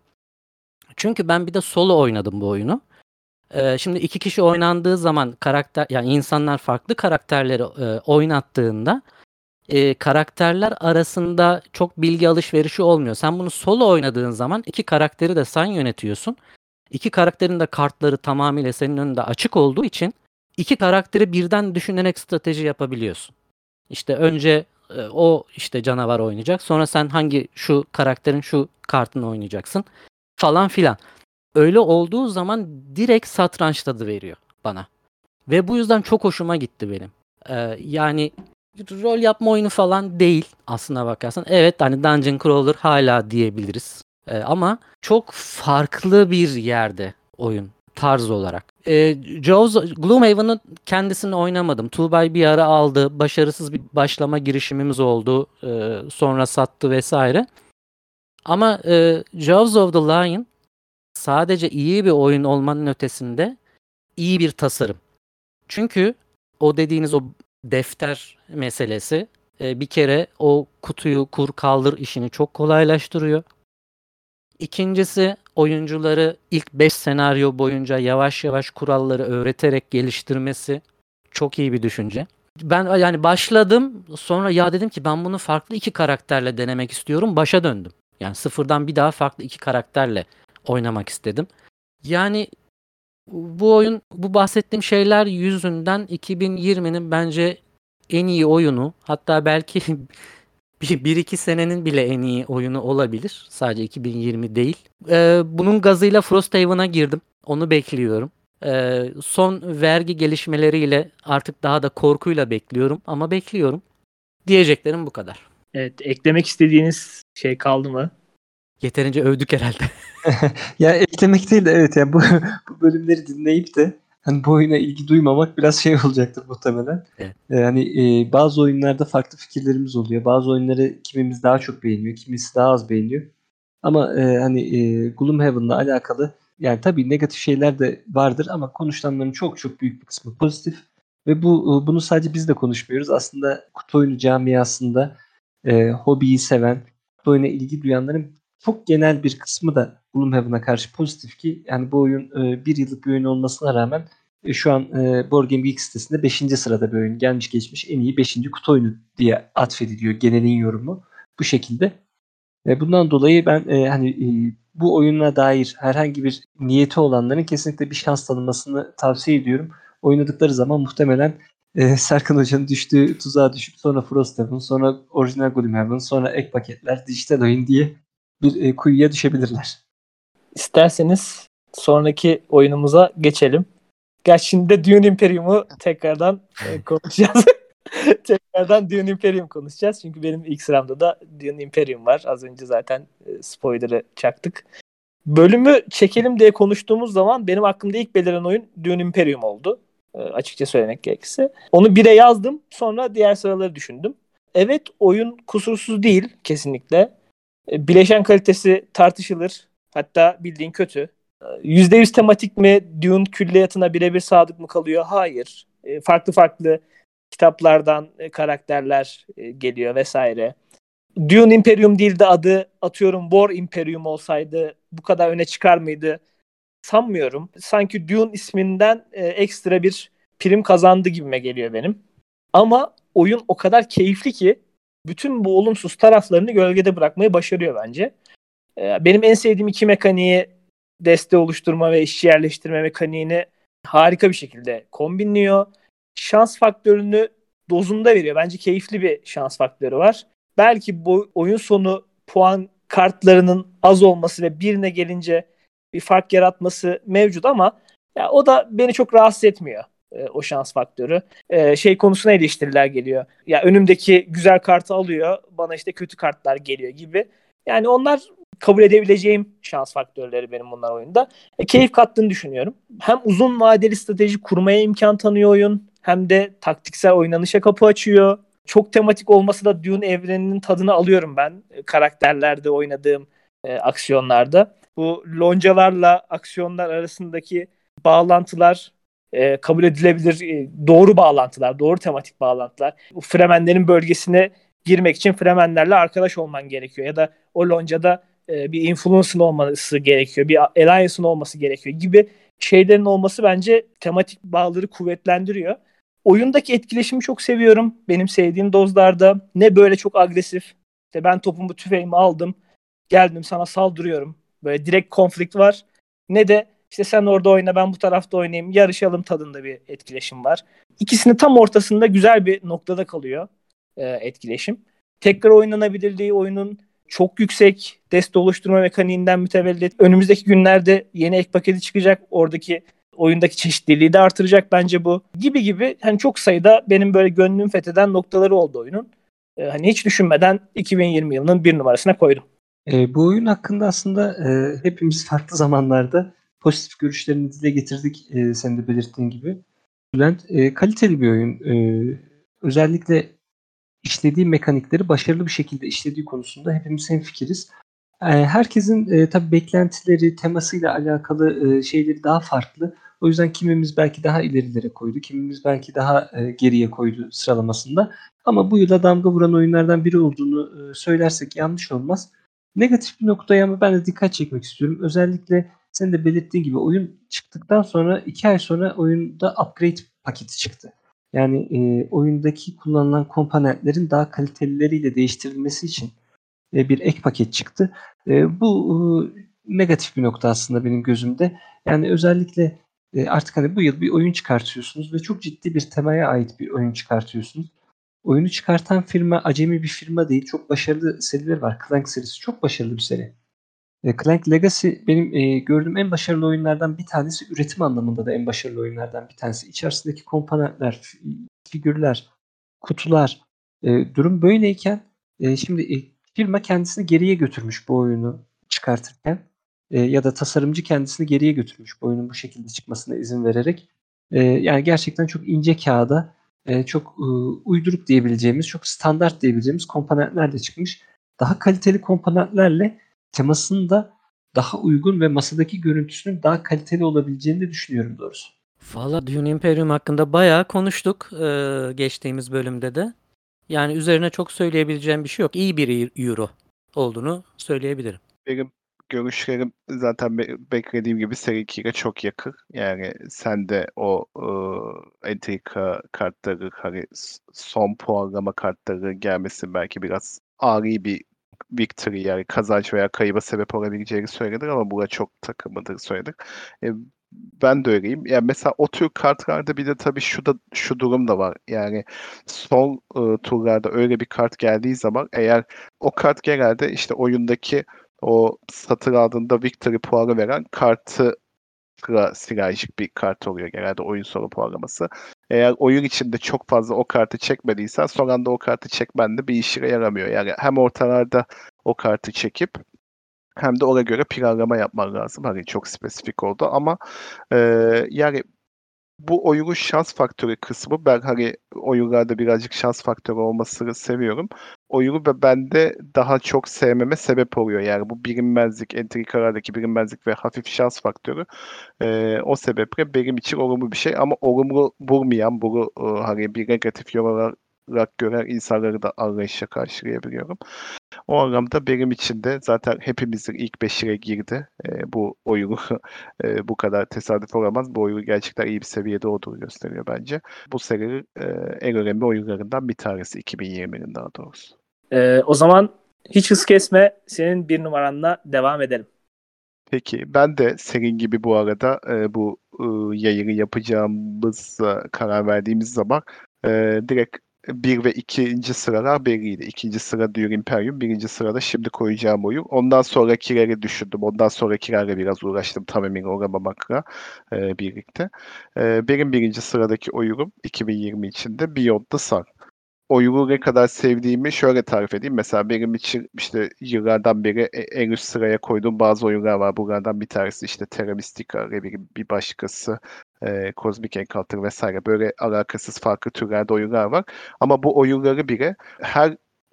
Çünkü ben bir de solo oynadım bu oyunu. Ee, şimdi iki kişi oynandığı zaman karakter yani insanlar farklı karakterleri e, oynattığında e, karakterler arasında çok bilgi alışverişi olmuyor. Sen bunu solo oynadığın zaman iki karakteri de sen yönetiyorsun. İki karakterin de kartları tamamıyla senin önünde açık olduğu için iki karakteri birden düşünerek strateji yapabiliyorsun. İşte önce e, o işte canavar oynayacak. Sonra sen hangi şu karakterin şu kartını oynayacaksın falan filan. Öyle olduğu zaman direkt satranç tadı veriyor bana. Ve bu yüzden çok hoşuma gitti benim. Ee, yani rol yapma oyunu falan değil aslına bakarsan. Evet hani Dungeon Crawler hala diyebiliriz. Ee, ama çok farklı bir yerde oyun tarz olarak. Ee, Jaws, Gloomhaven'ın kendisini oynamadım. Tuğbay bir ara aldı. Başarısız bir başlama girişimimiz oldu. Ee, sonra sattı vesaire. Ama e, Jaws of the Lion sadece iyi bir oyun olmanın ötesinde iyi bir tasarım. Çünkü o dediğiniz o defter meselesi e, bir kere o kutuyu kur kaldır işini çok kolaylaştırıyor. İkincisi oyuncuları ilk beş senaryo boyunca yavaş yavaş kuralları öğreterek geliştirmesi çok iyi bir düşünce. Ben yani başladım sonra ya dedim ki ben bunu farklı iki karakterle denemek istiyorum. Başa döndüm. Yani sıfırdan bir daha farklı iki karakterle oynamak istedim. Yani bu oyun bu bahsettiğim şeyler yüzünden iki bin yirminin bence en iyi oyunu hatta belki bir, bir iki senenin bile en iyi oyunu olabilir. Sadece iki bin yirmi değil. Ee, bunun gazıyla Frosthaven'a girdim. Onu bekliyorum. Ee, son vergi gelişmeleriyle artık daha da korkuyla bekliyorum ama bekliyorum. Diyeceklerim bu kadar. Evet, eklemek istediğiniz şey kaldı mı? Yeterince övdük herhalde. Ya eklemek değil de evet yani bu, bu bölümleri dinleyip de hani bu oyuna ilgi duymamak biraz şey olacaktır muhtemelen. Evet. Yani e, bazı oyunlarda farklı fikirlerimiz oluyor. Bazı oyunları kimimiz daha çok beğeniyor, kimisi daha az beğeniyor. Ama e, hani e, Gloomhaven'la alakalı yani tabii negatif şeyler de vardır ama konuşulanların çok çok büyük bir kısmı pozitif. Ve bu bunu sadece biz de konuşmuyoruz. Aslında kutu oyunu camiasında e, hobiyi seven, kutu oyuna ilgi duyanların çok genel bir kısmı da Gloomhaven'a karşı pozitif ki yani bu oyun e, bir yıllık bir oyun olmasına rağmen e, şu an e, Board Game Geek sitesinde beşinci sırada bir oyun. Gelmiş geçmiş en iyi beşinci kutu oyunu diye atfediliyor genelin yorumu bu şekilde. E, bundan dolayı ben e, hani e, bu oyuna dair herhangi bir niyeti olanların kesinlikle bir şans tanımasını tavsiye ediyorum. Oynadıkları zaman muhtemelen e, Serkan Hoca'nın düştüğü tuzağa düşüp sonra Frosthaven, sonra orijinal Gloomhaven, sonra ek paketler, dijital oyun diye bir e, kuyuya düşebilirler. İsterseniz sonraki oyunumuza geçelim. Gerçi şimdi de Dune Imperium'u tekrardan e, konuşacağız. tekrardan Dune Imperium konuşacağız. Çünkü benim ilk sıramda da Dune Imperium var. Az önce zaten e, spoiler'ı çaktık. Bölümü çekelim diye konuştuğumuz zaman benim aklımda ilk beliren oyun Dune Imperium oldu. E, açıkça söylemek gerekirse. Onu bire yazdım. Sonra diğer sıraları düşündüm. Evet, oyun kusursuz değil kesinlikle. E, bileşen kalitesi tartışılır. Hatta bildiğin kötü. yüzde yüz tematik mi? Dune külliyatına birebir sadık mı kalıyor? Hayır. E, farklı farklı kitaplardan e, karakterler e, geliyor vesaire. Dune Imperium değil de adı atıyorum War Imperium olsaydı bu kadar öne çıkar mıydı? Sanmıyorum. Sanki Dune isminden e, ekstra bir prim kazandı gibime geliyor benim. Ama oyun o kadar keyifli ki bütün bu olumsuz taraflarını gölgede bırakmayı başarıyor bence. E, benim en sevdiğim iki mekaniği, deste oluşturma ve işçi yerleştirme mekaniğini harika bir şekilde kombinliyor. Şans faktörünü dozunda veriyor. Bence keyifli bir şans faktörü var. Belki bu oyun sonu puan kartlarının az olması ve birine gelince bir fark yaratması mevcut ama ya o da beni çok rahatsız etmiyor, e, o şans faktörü. E, şey konusuna eleştiriler geliyor. Ya önümdeki güzel kartı alıyor, bana işte kötü kartlar geliyor gibi. Yani onlar kabul edebileceğim şans faktörleri benim bunlar oyunda. E, keyif kattığını düşünüyorum. Hem uzun vadeli strateji kurmaya imkan tanıyor oyun, hem de taktiksel oynanışa kapı açıyor. Çok tematik olması da Dune evreninin tadını alıyorum ben. E, karakterlerde oynadığım e, aksiyonlarda. Bu loncalarla aksiyonlar arasındaki bağlantılar e, kabul edilebilir, e, doğru bağlantılar, doğru tematik bağlantılar. Bu Fremenlerin bölgesine girmek için Fremenlerle arkadaş olman gerekiyor. Ya da o loncada e, bir influence'ın olması gerekiyor. Bir alliance'ın olması gerekiyor gibi şeylerin olması bence tematik bağları kuvvetlendiriyor. Oyundaki etkileşimi çok seviyorum. Benim sevdiğim dozlarda. Ne böyle çok agresif. İşte ben topumu, tüfeğimi aldım. Geldim sana saldırıyorum. Böyle direkt konflikt var. Ne de işte sen orada oyna, ben bu tarafta oynayayım, yarışalım tadında bir etkileşim var. İkisinin tam ortasında güzel bir noktada kalıyor e, etkileşim. Tekrar oynanabilirliği oyunun çok yüksek. Deste oluşturma mekaniğinden mütevellit. Önümüzdeki günlerde yeni ek paketi çıkacak. Oradaki oyundaki çeşitliliği de artıracak bence bu. Gibi gibi hani çok sayıda benim böyle gönlüm fetheden noktaları oldu oyunun. Ee, hani hiç düşünmeden iki bin yirmi yılının bir numarasına koydum. E, bu oyun hakkında aslında e, hepimiz farklı zamanlarda pozitif görüşlerini dile getirdik, e, senin de belirttiğin gibi. Bülent, e, kaliteli bir oyun. E, özellikle işlediği mekanikleri başarılı bir şekilde işlediği konusunda hepimiz hemfikiriz. E, herkesin e, tabii beklentileri, temasıyla alakalı e, şeyleri daha farklı. O yüzden kimimiz belki daha ilerilere koydu, kimimiz belki daha e, geriye koydu sıralamasında. Ama bu yıla damga vuran oyunlardan biri olduğunu e, söylersek yanlış olmaz. Negatif bir noktaya ama ben de dikkat çekmek istiyorum. Özellikle senin de belirttiğin gibi oyun çıktıktan sonra iki ay sonra oyunda upgrade paketi çıktı. Yani e, oyundaki kullanılan komponentlerin daha kalitelileriyle değiştirilmesi için e, bir ek paket çıktı. E, bu e, negatif bir nokta aslında benim gözümde. Yani özellikle e, artık hani bu yıl bir oyun çıkartıyorsunuz ve çok ciddi bir temaya ait bir oyun çıkartıyorsunuz. Oyunu çıkartan firma acemi bir firma değil. Çok başarılı seriler var. Clank serisi çok başarılı bir seri. E, Clank Legacy benim e, gördüğüm en başarılı oyunlardan bir tanesi. Üretim anlamında da en başarılı oyunlardan bir tanesi. İçerisindeki komponentler, figürler, kutular. E, durum böyleyken e, şimdi e, firma kendisini geriye götürmüş bu oyunu çıkartırken. E, ya da tasarımcı kendisini geriye götürmüş bu oyunun bu şekilde çıkmasına izin vererek. E, yani gerçekten çok ince kağıda, e, çok e, uyduruk diyebileceğimiz, çok standart diyebileceğimiz komponentlerle çıkmış. Daha kaliteli komponentlerle temasının da daha uygun ve masadaki görüntüsünün daha kaliteli olabileceğini de düşünüyorum doğrusu. Valla Dune Imperium hakkında bayağı konuştuk eee, geçtiğimiz bölümde de. Yani üzerine çok söyleyebileceğim bir şey yok. İyi bir Euro olduğunu söyleyebilirim. Benim görüşlerim zaten be- beklediğim gibi seri iki ile çok yakın. Yani sen de o e, entrika kartları, hani s- son puanlama kartları gelmesi belki biraz ari bir victory, yani kazanç veya kayıba sebep olabileceğini söyledik ama buna çok takılmadığını söyledik. E, ben de öyleyim. Yani mesela o tür kartlarda bir de tabii şu da şu durum da var. Yani son e, turlarda öyle bir kart geldiği zaman, eğer o kart genelde işte oyundaki o satır adında victory puanı veren kartı sinerjik bir kart oluyor genelde oyun sonu puanlaması. Eğer oyun içinde çok fazla o kartı çekmediysen son anda o kartı çekmen de bir işe yaramıyor. Yani hem ortalarda o kartı çekip hem de ona göre planlama yapman lazım. Hani çok spesifik oldu ama e, yani bu oyunun şans faktörü kısmı, ben hani oyunlarda birazcık şans faktörü olmasını seviyorum. Oyunu ve bende daha çok sevmeme sebep oluyor. Yani bu bilinmezlik, entrikalardaki bilinmezlik ve hafif şans faktörü e, o sebeple benim için olumlu bir şey. Ama olumlu bulmayan, bunu e, hani bir negatif yol olarak gören insanları da anlayışla karşılayabiliyorum. O anlamda benim için de zaten hepimizin ilk beşine girdi. E, bu oyunu e, bu kadar tesadüf olamaz. Bu oyunu gerçekten iyi bir seviyede olduğunu gösteriyor bence. Bu serinin e, en önemli oyunlarından bir tanesi iki bin yirminin daha doğrusu. Ee, o zaman hiç hız kesme, senin bir numaranla devam edelim. Peki ben de senin gibi bu arada e, bu e, yayını yapacağımıza karar verdiğimiz zaman e, direkt bir ve ikinci sıralar belliydi. İkinci sıra Dune Imperium, birinci sırada şimdi koyacağım oyun. Ondan sonrakileri düşündüm. Ondan sonrakilerle biraz uğraştım tam emin olamamakla e, birlikte. E, benim birinci sıradaki oyunum iki bin yirmi içinde Beyond the Sun. Oyunu ne kadar sevdiğimi şöyle tarif edeyim. Mesela benim için işte yıllardan beri en üst sıraya koyduğum bazı oyunlar var. Bunlardan bir tanesi işte Terra Mystica, bir, bir başkası e, Cosmic Encounter vesaire. Böyle alakasız farklı türlerde oyunlar var. Ama bu oyunları bile her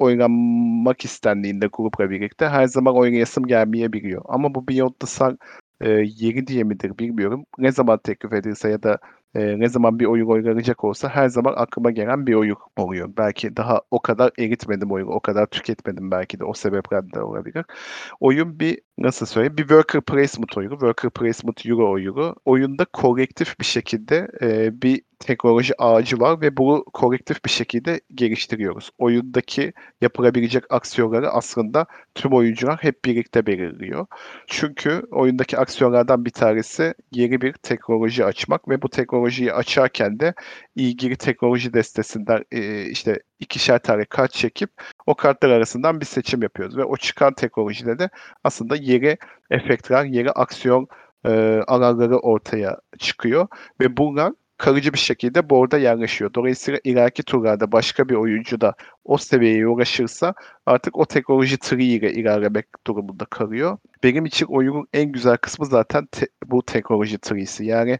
oynamak istendiğinde grupla birlikte her zaman oynayasım gelmeyebiliyor. Ama bu Beyond the Sun e, yeri diye midir bilmiyorum. Ne zaman teklif edilse ya da e, ne zaman bir oyun oynanacak olsa her zaman aklıma gelen bir oyun oluyor. Belki daha o kadar eritmedim oyunu, o kadar tüketmedim belki de o sebeplerden de olabilir. Oyun bir, nasıl söyleyeyim, bir worker placement oyunu, worker placement euro oyunu. Oyunda kolektif bir şekilde e, bir teknoloji ağacı var ve bunu kolektif bir şekilde geliştiriyoruz. Oyundaki yapılabilecek aksiyonları aslında tüm oyuncular hep birlikte belirliyor. Çünkü oyundaki aksiyonlardan bir tanesi yeni bir teknoloji açmak ve bu teknolojiyi açarken de ilgili teknoloji destesinden e, işte ikişer tane kart çekip o kartlar arasından bir seçim yapıyoruz ve o çıkan teknolojide de aslında yeni efektler, yeni aksiyon e, alanları ortaya çıkıyor ve bunlar kalıcı bir şekilde board'a yerleşiyor. Dolayısıyla ileriki turlarda başka bir oyuncu da o seviyeye ulaşırsa artık o teknoloji tree ile ilerlemek durumunda kalıyor. Benim için oyunun en güzel kısmı zaten te- bu teknoloji tree'si. Yani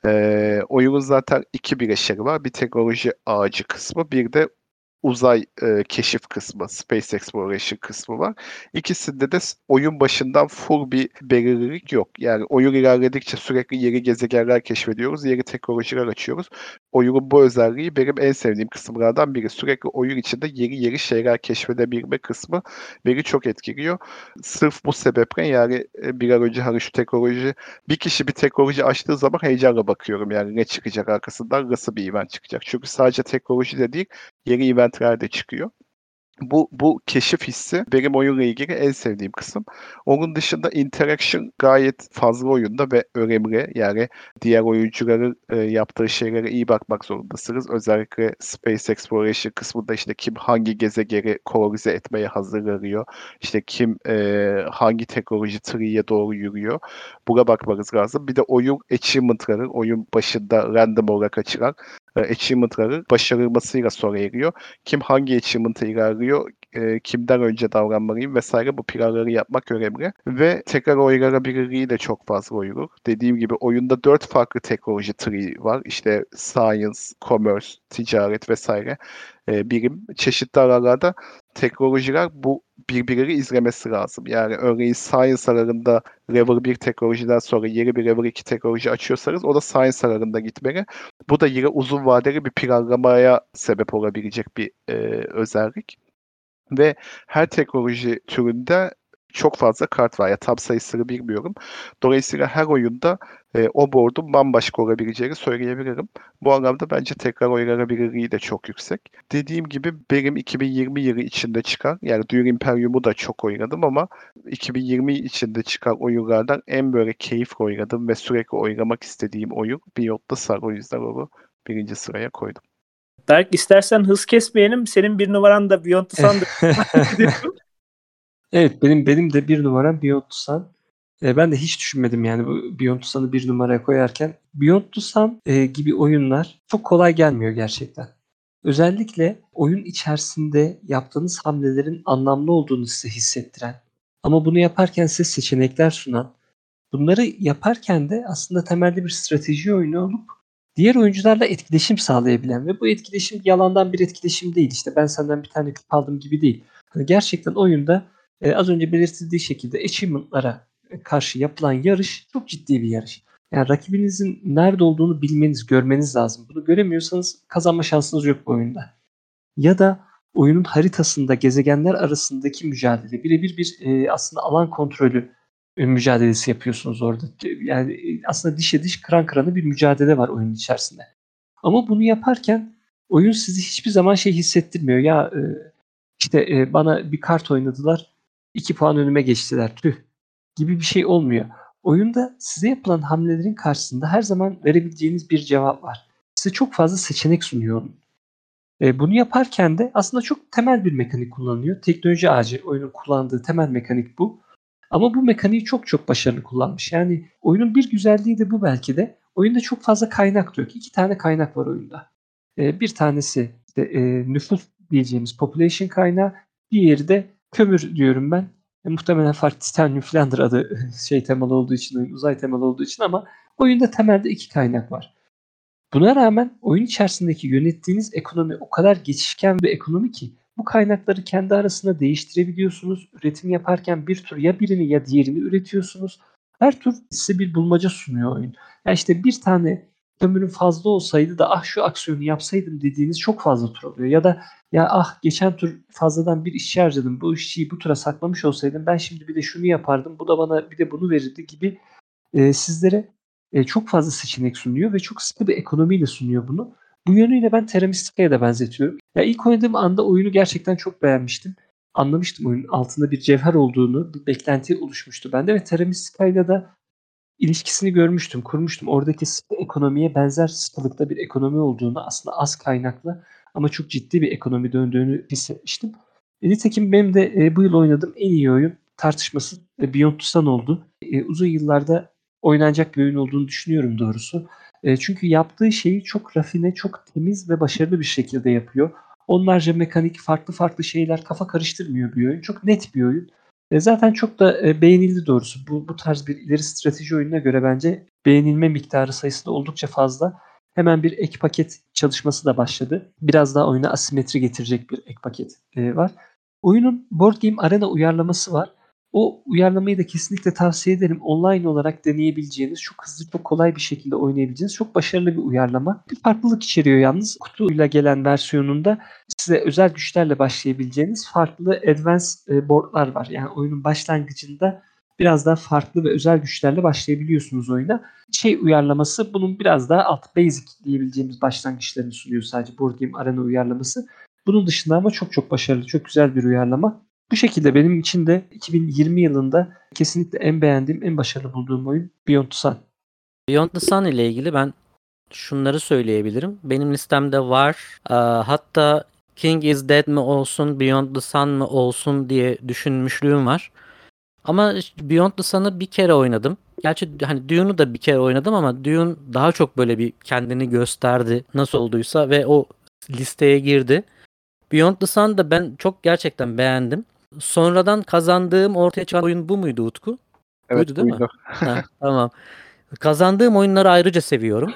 e, oyunun zaten iki bileşeni var. Bir teknoloji ağacı kısmı, bir de uzay e, keşif kısmı, Space Exploration kısmı var. İkisinde de oyun başından full bir belirlilik yok. Yani oyun ilerledikçe sürekli yeni gezegenler keşfediyoruz, yeni teknolojiler açıyoruz. Oyunun bu özelliği benim en sevdiğim kısımlardan biri. Sürekli oyun içinde yeni yeni şeyler keşfedebilme kısmı beni çok etkiliyor. Sırf bu sebeple yani e, bir an önce hani şu teknoloji, bir kişi bir teknoloji açtığı zaman heyecanla bakıyorum. Yani ne çıkacak arkasından, nasıl bir event çıkacak. Çünkü sadece teknoloji de değil, yeni eventler de çıkıyor. Bu, bu keşif hissi benim oyunla ilgili en sevdiğim kısım. Onun dışında interaction gayet fazla oyunda ve önemli. Yani diğer oyuncuların e, yaptığı şeylere iyi bakmak zorundasınız. Özellikle Space Exploration kısmında işte kim hangi gezegeni kolonize etmeye hazırlanıyor. İşte kim e, hangi teknoloji tree'ye doğru yürüyor. Buna bakmanız lazım. Bir de oyun achievement'ların oyun başında random olarak açılan e, achievement'ların başarılmasıyla sonra eriyor. Kim hangi achievement'a ilerliyor, e, kimden önce davranmalıyım vesaire, bu planları yapmak önemli. Ve tekrar oynanabilirliği de çok fazla oyunu. Dediğim gibi oyunda dört farklı teknoloji tree var. İşte science, commerce, ticaret vesaire e, birim. Çeşitli alanlarda teknolojiler bu birbirleri izlemesi lazım. Yani örneğin science alanında level bir teknolojiden sonra yeni bir level iki teknoloji açıyorsanız o da science alanında gitmeli. Bu da yine uzun vadeli bir planlamaya sebep olabilecek bir e, özellik. Ve her teknoloji türünde çok fazla kart var. Ya tam sayısını bilmiyorum. Dolayısıyla her oyunda e, o board'un bambaşka olabileceğini söyleyebilirim. Bu anlamda bence tekrar oynanabilirliği de çok yüksek. Dediğim gibi benim iki bin yirmi yılı içinde çıkan, yani Dune Imperium'u da çok oynadım ama iki bin yirmi içinde çıkan oyunlardan en böyle keyifle oynadım ve sürekli oynamak istediğim oyun Beyond the Sun. O yüzden onu birinci sıraya koydum. Berk, istersen hız kesmeyelim. Senin bir numaran da Beyond the Sun'dır. Evet, benim benim de bir numaram Beyond Two Sun. E, ben de hiç düşünmedim yani bu Beyond Two Sun'ı bir numaraya koyarken. Beyond Two Sun e, gibi oyunlar çok kolay gelmiyor gerçekten. Özellikle oyun içerisinde yaptığınız hamlelerin anlamlı olduğunu size hissettiren ama bunu yaparken size seçenekler sunan, bunları yaparken de aslında temelde bir strateji oyunu olup diğer oyuncularla etkileşim sağlayabilen ve bu etkileşim yalandan bir etkileşim değil. İşte ben senden bir tane küp aldım gibi değil. Hani gerçekten oyunda e, az önce belirtildiği şekilde achievement'lara karşı yapılan yarış çok ciddi bir yarış. Yani rakibinizin nerede olduğunu bilmeniz, görmeniz lazım. Bunu göremiyorsanız kazanma şansınız yok bu oyunda. Ya da oyunun haritasında gezegenler arasındaki mücadele, birebir bir e, aslında alan kontrolü e, mücadelesi yapıyorsunuz orada. Yani e, aslında dişe diş, kıran kırana bir mücadele var oyunun içerisinde. Ama bunu yaparken oyun sizi hiçbir zaman şey hissettirmiyor. Ya e, işte e, bana bir kart oynadılar, iki puan önüme geçtiler, tüh gibi bir şey olmuyor. Oyunda size yapılan hamlelerin karşısında her zaman verebileceğiniz bir cevap var. Size çok fazla seçenek sunuyor oyun. E, bunu yaparken de aslında çok temel bir mekanik kullanılıyor. Teknoloji ağacı oyunun kullandığı temel mekanik bu. Ama bu mekaniği çok çok başarılı kullanmış. Yani oyunun bir güzelliği de bu belki de. Oyunda çok fazla kaynak da yok. İki tane kaynak var oyunda. E, bir tanesi işte, e, nüfus diyeceğimiz population kaynağı. Diğeri de kömür diyorum ben. E, muhtemelen farklı titanyum falandır adı şey temalı olduğu için, oyun uzay temalı olduğu için ama oyunda temelde iki kaynak var. Buna rağmen oyun içerisindeki yönettiğiniz ekonomi o kadar geçişken bir ekonomi ki bu kaynakları kendi arasında değiştirebiliyorsunuz. Üretim yaparken bir tur ya birini ya diğerini üretiyorsunuz. Her tur size bir bulmaca sunuyor oyun. Ya işte bir tane kömürün fazla olsaydı da ah şu aksiyonu yapsaydım dediğiniz çok fazla tur oluyor. Ya da ya ah geçen tur fazladan bir işçi harcadım. Bu işçiyi bu tura saklamış olsaydım ben şimdi bir de şunu yapardım. Bu da bana bir de bunu verirdi gibi e, sizlere e, çok fazla seçenek sunuyor ve çok sıkı bir ekonomiyle sunuyor bunu. Bu yönüyle ben Terra Mystica'ya da benzetiyorum. Ya ilk oynadığım anda oyunu gerçekten çok beğenmiştim. Anlamıştım oyunun altında bir cevher olduğunu, bir beklenti oluşmuştu bende ve Terra Mystica'yla da ilişkisini görmüştüm, kurmuştum. Oradaki sıkı ekonomiye benzer sıkılıkta bir ekonomi olduğunu, aslında az kaynaklı ama çok ciddi bir ekonomi döndüğünü hissetmiştim. E, nitekim benim de e, bu yıl oynadığım en iyi oyun tartışmasız e, Beyond Two Sun oldu. E, uzun yıllarda oynanacak bir oyun olduğunu düşünüyorum doğrusu. E, çünkü yaptığı şeyi çok rafine, çok temiz ve başarılı bir şekilde yapıyor. Onlarca mekanik, farklı farklı şeyler kafa karıştırmıyor bir oyun. Çok net bir oyun. E, zaten çok da e, beğenildi doğrusu. Bu, bu tarz bir ileri strateji oyununa göre bence beğenilme miktarı sayısı da oldukça fazla. Hemen bir ek paket çalışması da başladı. Biraz daha oyuna asimetri getirecek bir ek paket e, var. Oyunun Board Game Arena uyarlaması var. O uyarlamayı da kesinlikle tavsiye ederim. Online olarak deneyebileceğiniz, çok hızlı, çok kolay bir şekilde oynayabileceğiniz çok başarılı bir uyarlama. Bir farklılık içeriyor yalnız. Kutuyla gelen versiyonunda size özel güçlerle başlayabileceğiniz farklı advanced e, boardlar var. Yani oyunun başlangıcında biraz daha farklı ve özel güçlerle başlayabiliyorsunuz oyuna. Şey uyarlaması bunun biraz daha alt basic diyebileceğimiz başlangıçlarını sunuyor sadece Board Game Arena uyarlaması. Bunun dışında ama çok çok başarılı, çok güzel bir uyarlama. Bu şekilde benim için de iki bin yirmi yılında kesinlikle en beğendiğim, en başarılı bulduğum oyun Beyond Two Sun. Beyond the Sun ile ilgili ben şunları söyleyebilirim. Benim listemde var. Ee, hatta King is Dead mi olsun, Beyond the Sun mı olsun diye düşünmüşlüğüm var. Ama Beyond the Sun'ı bir kere oynadım. Gerçi hani Dune'u da bir kere oynadım ama Dune daha çok böyle bir kendini gösterdi nasıl olduysa ve o listeye girdi. Beyond the Sun da ben çok gerçekten beğendim. Sonradan kazandığım ortaya çıkan oyun bu muydu Utku? Evet, Buydu değil mi? buydu. Ha, tamam. Kazandığım oyunları ayrıca seviyorum.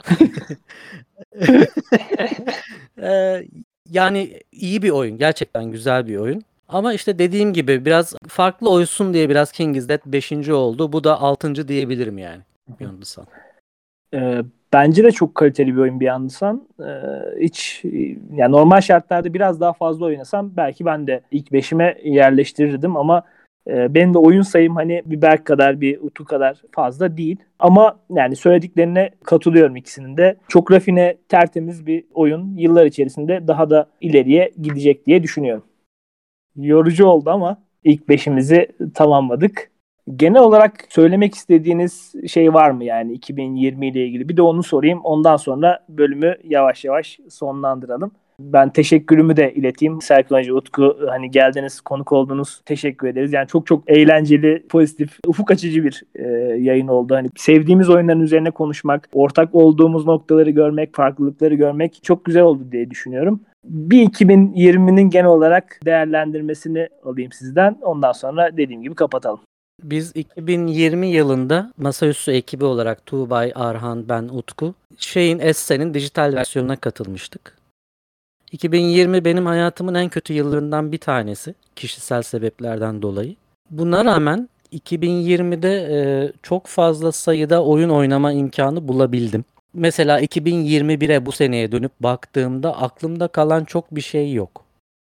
Ee, yani iyi bir oyun. Gerçekten güzel bir oyun. Ama işte dediğim gibi biraz farklı oysun diye biraz King is Dead beşinci oldu. Bu da altıncı diyebilirim yani. Beyond the Sun. Ee, bence de çok kaliteli bir oyun bir yandan. Ee, hiç yani normal şartlarda biraz daha fazla oynasam belki ben de ilk beşime yerleştirirdim ama e, benim de oyun sayım hani bir Berk kadar bir Utu kadar fazla değil. Ama yani söylediklerine katılıyorum ikisinin de. Çok rafine, tertemiz bir oyun. Yıllar içerisinde daha da ileriye gidecek diye düşünüyorum. Yorucu oldu ama ilk beşimizi tamamladık. Genel olarak söylemek istediğiniz şey var mı yani iki bin yirmi ile ilgili? Bir de onu sorayım. Ondan sonra bölümü yavaş yavaş sonlandıralım. Ben teşekkürümü de ileteyim. Serkan Hoca, Utku, hani geldiniz, konuk oldunuz. Teşekkür ederiz. Yani çok çok eğlenceli, pozitif, ufuk açıcı bir e, yayın oldu. Hani sevdiğimiz oyunların üzerine konuşmak, ortak olduğumuz noktaları görmek, farklılıkları görmek çok güzel oldu diye düşünüyorum. Bir iki bin yirminin genel olarak değerlendirmesini alayım sizden. Ondan sonra dediğim gibi kapatalım. Biz iki bin yirmi yılında masaüstü ekibi olarak Tuğbay, Arhan, ben, Utku şeyin Essen'in dijital versiyonuna katılmıştık. iki bin yirmi benim hayatımın en kötü yıllarından bir tanesi kişisel sebeplerden dolayı. Buna rağmen iki bin yirmide e, çok fazla sayıda oyun oynama imkanı bulabildim. Mesela iki bin yirmi bire bu seneye dönüp baktığımda aklımda kalan çok bir şey yok.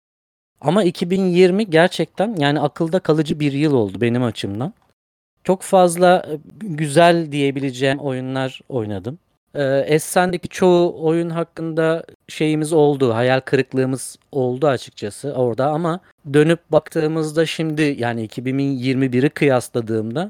Ama iki bin yirmi gerçekten yani akılda kalıcı bir yıl oldu benim açımdan. Çok fazla e, güzel diyebileceğim oyunlar oynadım. Ee, Essen'deki çoğu oyun hakkında şeyimiz oldu, hayal kırıklığımız oldu açıkçası orada ama dönüp baktığımızda şimdi yani iki bin yirmi biri kıyasladığımda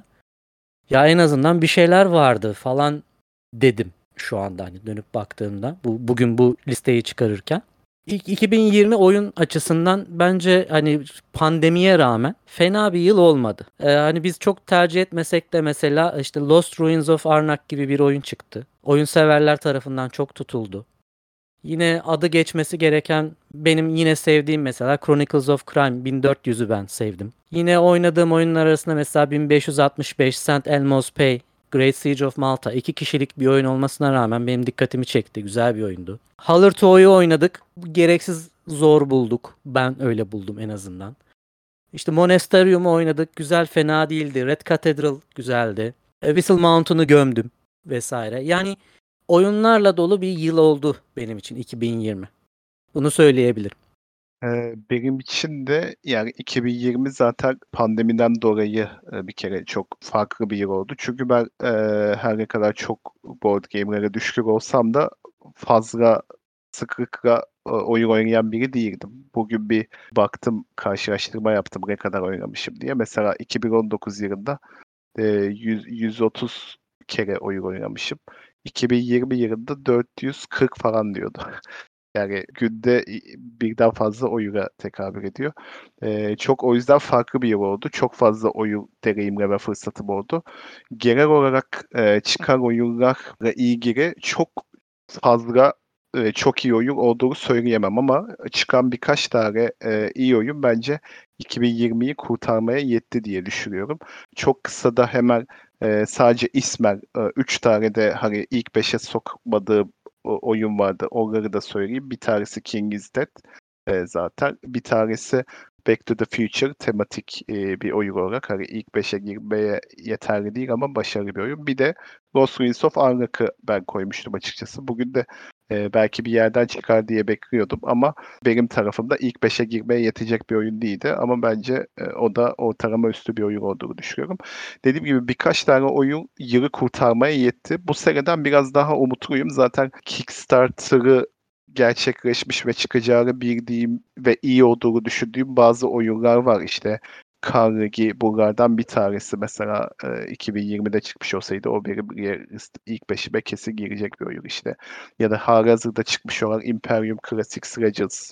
ya en azından bir şeyler vardı falan dedim şu anda hani dönüp baktığımda bu bugün bu listeyi çıkarırken. İlk iki bin yirmi oyun açısından bence hani pandemiye rağmen fena bir yıl olmadı. Ee, hani biz çok tercih etmesek de mesela işte Lost Ruins of Arnak gibi bir oyun çıktı. Oyun severler tarafından çok tutuldu. Yine adı geçmesi gereken benim yine sevdiğim mesela Chronicles of Crime bin dört yüzü ben sevdim. Yine oynadığım oyunlar arasında mesela bin beş yüz altmış beş, Saint Elmo's Pay, Great Siege of Malta iki kişilik bir oyun olmasına rağmen benim dikkatimi çekti. Güzel bir oyundu. Hallertau'yu oynadık. Gereksiz zor bulduk. Ben öyle buldum en azından. İşte Monasterium'u oynadık. Güzel, fena değildi. Red Cathedral güzeldi. E, Whistle Mountain'ı gömdüm vesaire. Yani oyunlarla dolu bir yıl oldu benim için iki bin yirmi. Bunu söyleyebilirim. Ee, benim için de yani iki bin yirmi zaten pandemiden dolayı e, bir kere çok farklı bir yıl oldu. Çünkü ben e, her ne kadar çok board game'lere düşkün olsam da fazla sıklıkla e, oyun oynayan biri değildim. Bugün bir baktım, karşılaştırma yaptım ne kadar oynamışım diye. Mesela iki bin on dokuz yılında e, yüz, yüz otuz kere oyun oynamışım. iki bin yirmi yılında dört yüz kırk falan diyordu. Yani günde birden fazla oyuna tekabül ediyor. Ee, çok o yüzden farklı bir yıl oldu. Çok fazla oyun deneyimleme fırsatım oldu. Genel olarak e, çıkan oyunlarla ilgili çok fazla e, çok iyi oyun olduğunu söyleyemem ama çıkan birkaç tane e, iyi oyun bence iki bin yirmiyi kurtarmaya yetti diye düşünüyorum. Çok kısa da hemen e, sadece ismen üç tane de hani ilk beşe sokmadığım o- oyun vardı. Onları da söyleyeyim. Bir tanesi King is Dead e, zaten. Bir tanesi Back to the Future tematik e, bir oyun olarak hani ilk beşe girmeye yeterli değil ama başarılı bir oyun. Bir de Lost Ruins of Arnak'ı ben koymuştum açıkçası. Bugün de e, belki bir yerden çıkar diye bekliyordum ama benim tarafımda ilk beşe girmeye yetecek bir oyun değildi. Ama bence e, o da ortalama üstü bir oyun olduğunu düşünüyorum. Dediğim gibi birkaç tane oyun yılı kurtarmaya yetti. Bu seneden biraz daha umutluyum. Zaten Kickstarter'ı gerçekleşmiş ve çıkacağını bildiğim ve iyi olduğunu düşündüğüm bazı oyunlar var. İşte Carnegie bunlardan bir tanesi. Mesela e, iki bin yirmide çıkmış olsaydı o benim ilk beşime kesin girecek bir oyun işte. Ya da halihazırda çıkmış olan Imperium Classics Legends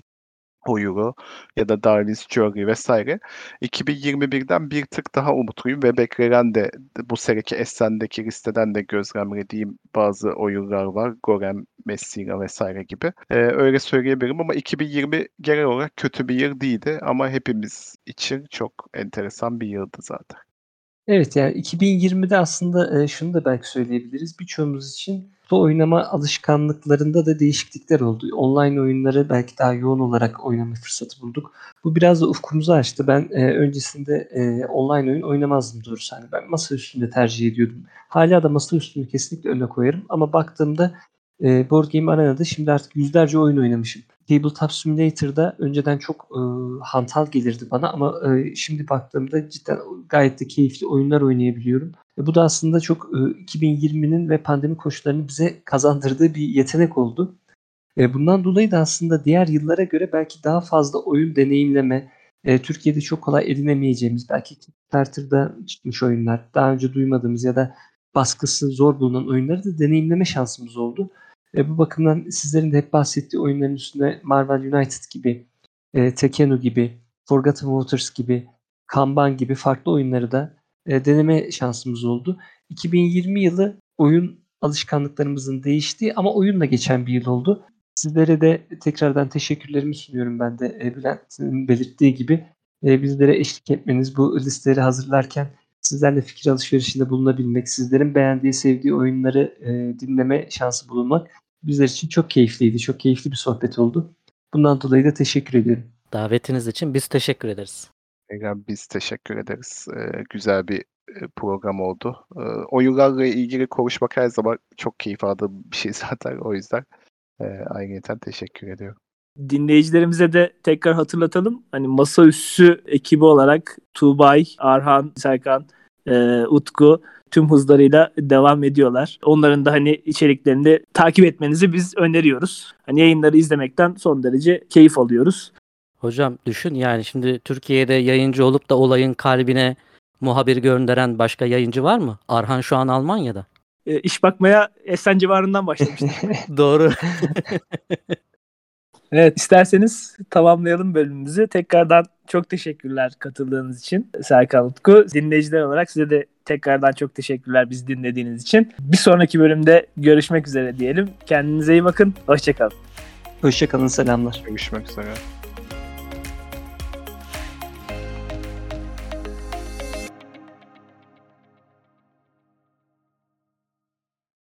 oyunu ya da Darwin's Journey vesaire. iki bin yirmi birden bir tık daha umutluyum ve beklenen de bu seneki Essen'deki listeden de gözlemlediğim bazı oyunlar var. Gorem, Messina vesaire gibi. Ee, öyle söyleyebilirim ama iki bin yirmi genel olarak kötü bir yıl değildi ama hepimiz için çok enteresan bir yıldı zaten. Evet, yani iki bin yirmide aslında e, şunu da belki söyleyebiliriz. Birçoğumuz için bu oynama alışkanlıklarında da değişiklikler oldu. Online oyunları belki daha yoğun olarak oynama fırsatı bulduk. Bu biraz da ufkumuzu açtı. Ben e, öncesinde e, online oyun oynamazdım doğrusu. Hani ben masa üstünde tercih ediyordum. Hala da masa üstünü kesinlikle öne koyarım. Ama baktığımda e, Board Game Arena'da şimdi artık yüzlerce oyun oynamışım. Tabletop Simulator'da önceden çok e, hantal gelirdi bana ama e, şimdi baktığımda cidden gayet de keyifli oyunlar oynayabiliyorum. E, bu da aslında çok e, iki bin yirminin ve pandemi koşullarının bize kazandırdığı bir yetenek oldu. E, bundan dolayı da aslında diğer yıllara göre belki daha fazla oyun deneyimleme, e, Türkiye'de çok kolay edinemeyeceğimiz, belki Kickstarter'da çıkmış oyunlar, daha önce duymadığımız ya da baskısı zor bulunan oyunları da deneyimleme şansımız oldu. E, bu bakımdan sizlerin de hep bahsettiği oyunların üstüne Marvel United gibi, e, Tekkenu gibi, Forgotten Waters gibi, Kanban gibi farklı oyunları da e, deneme şansımız oldu. iki bin yirmi yılı oyun alışkanlıklarımızın değiştiği ama oyunla geçen bir yıl oldu. Sizlere de tekrardan teşekkürlerimi sunuyorum ben de e, Bülent'in belirttiği gibi. E, bizlere eşlik etmeniz, bu listeleri hazırlarken sizlerle fikir alışverişinde bulunabilmek, sizlerin beğendiği, sevdiği oyunları e, dinleme şansı bulunmak bizler için çok keyifliydi. Çok keyifli bir sohbet oldu. Bundan dolayı da teşekkür ediyorum. Davetiniz için biz teşekkür ederiz. Egen, biz teşekkür ederiz. Ee, güzel bir e, program oldu. Ee, oyunlarla ilgili konuşmak her zaman çok keyif aldığım bir şey zaten. O yüzden e, ayrıca teşekkür ediyorum. Dinleyicilerimize de tekrar hatırlatalım. Hani masaüstü ekibi olarak Tuğbay, Arhan, Serkan, e, Utku tüm hızlarıyla devam ediyorlar. Onların da hani içeriklerini takip etmenizi biz öneriyoruz. Hani yayınları izlemekten son derece keyif alıyoruz. Hocam düşün yani şimdi Türkiye'de yayıncı olup da olayın kalbine muhabir gönderen başka yayıncı var mı? Arhan şu an Almanya'da. E, iş bakmaya Esen civarından başlamıştık. Doğru. Evet, isterseniz tamamlayalım bölümümüzü. Tekrardan çok teşekkürler katıldığınız için Serkan, Utku. Dinleyiciler olarak size de tekrardan çok teşekkürler bizi dinlediğiniz için. Bir sonraki bölümde görüşmek üzere diyelim. Kendinize iyi bakın. Hoşça kalın. Hoşça kalın, selamlar. Görüşmek üzere.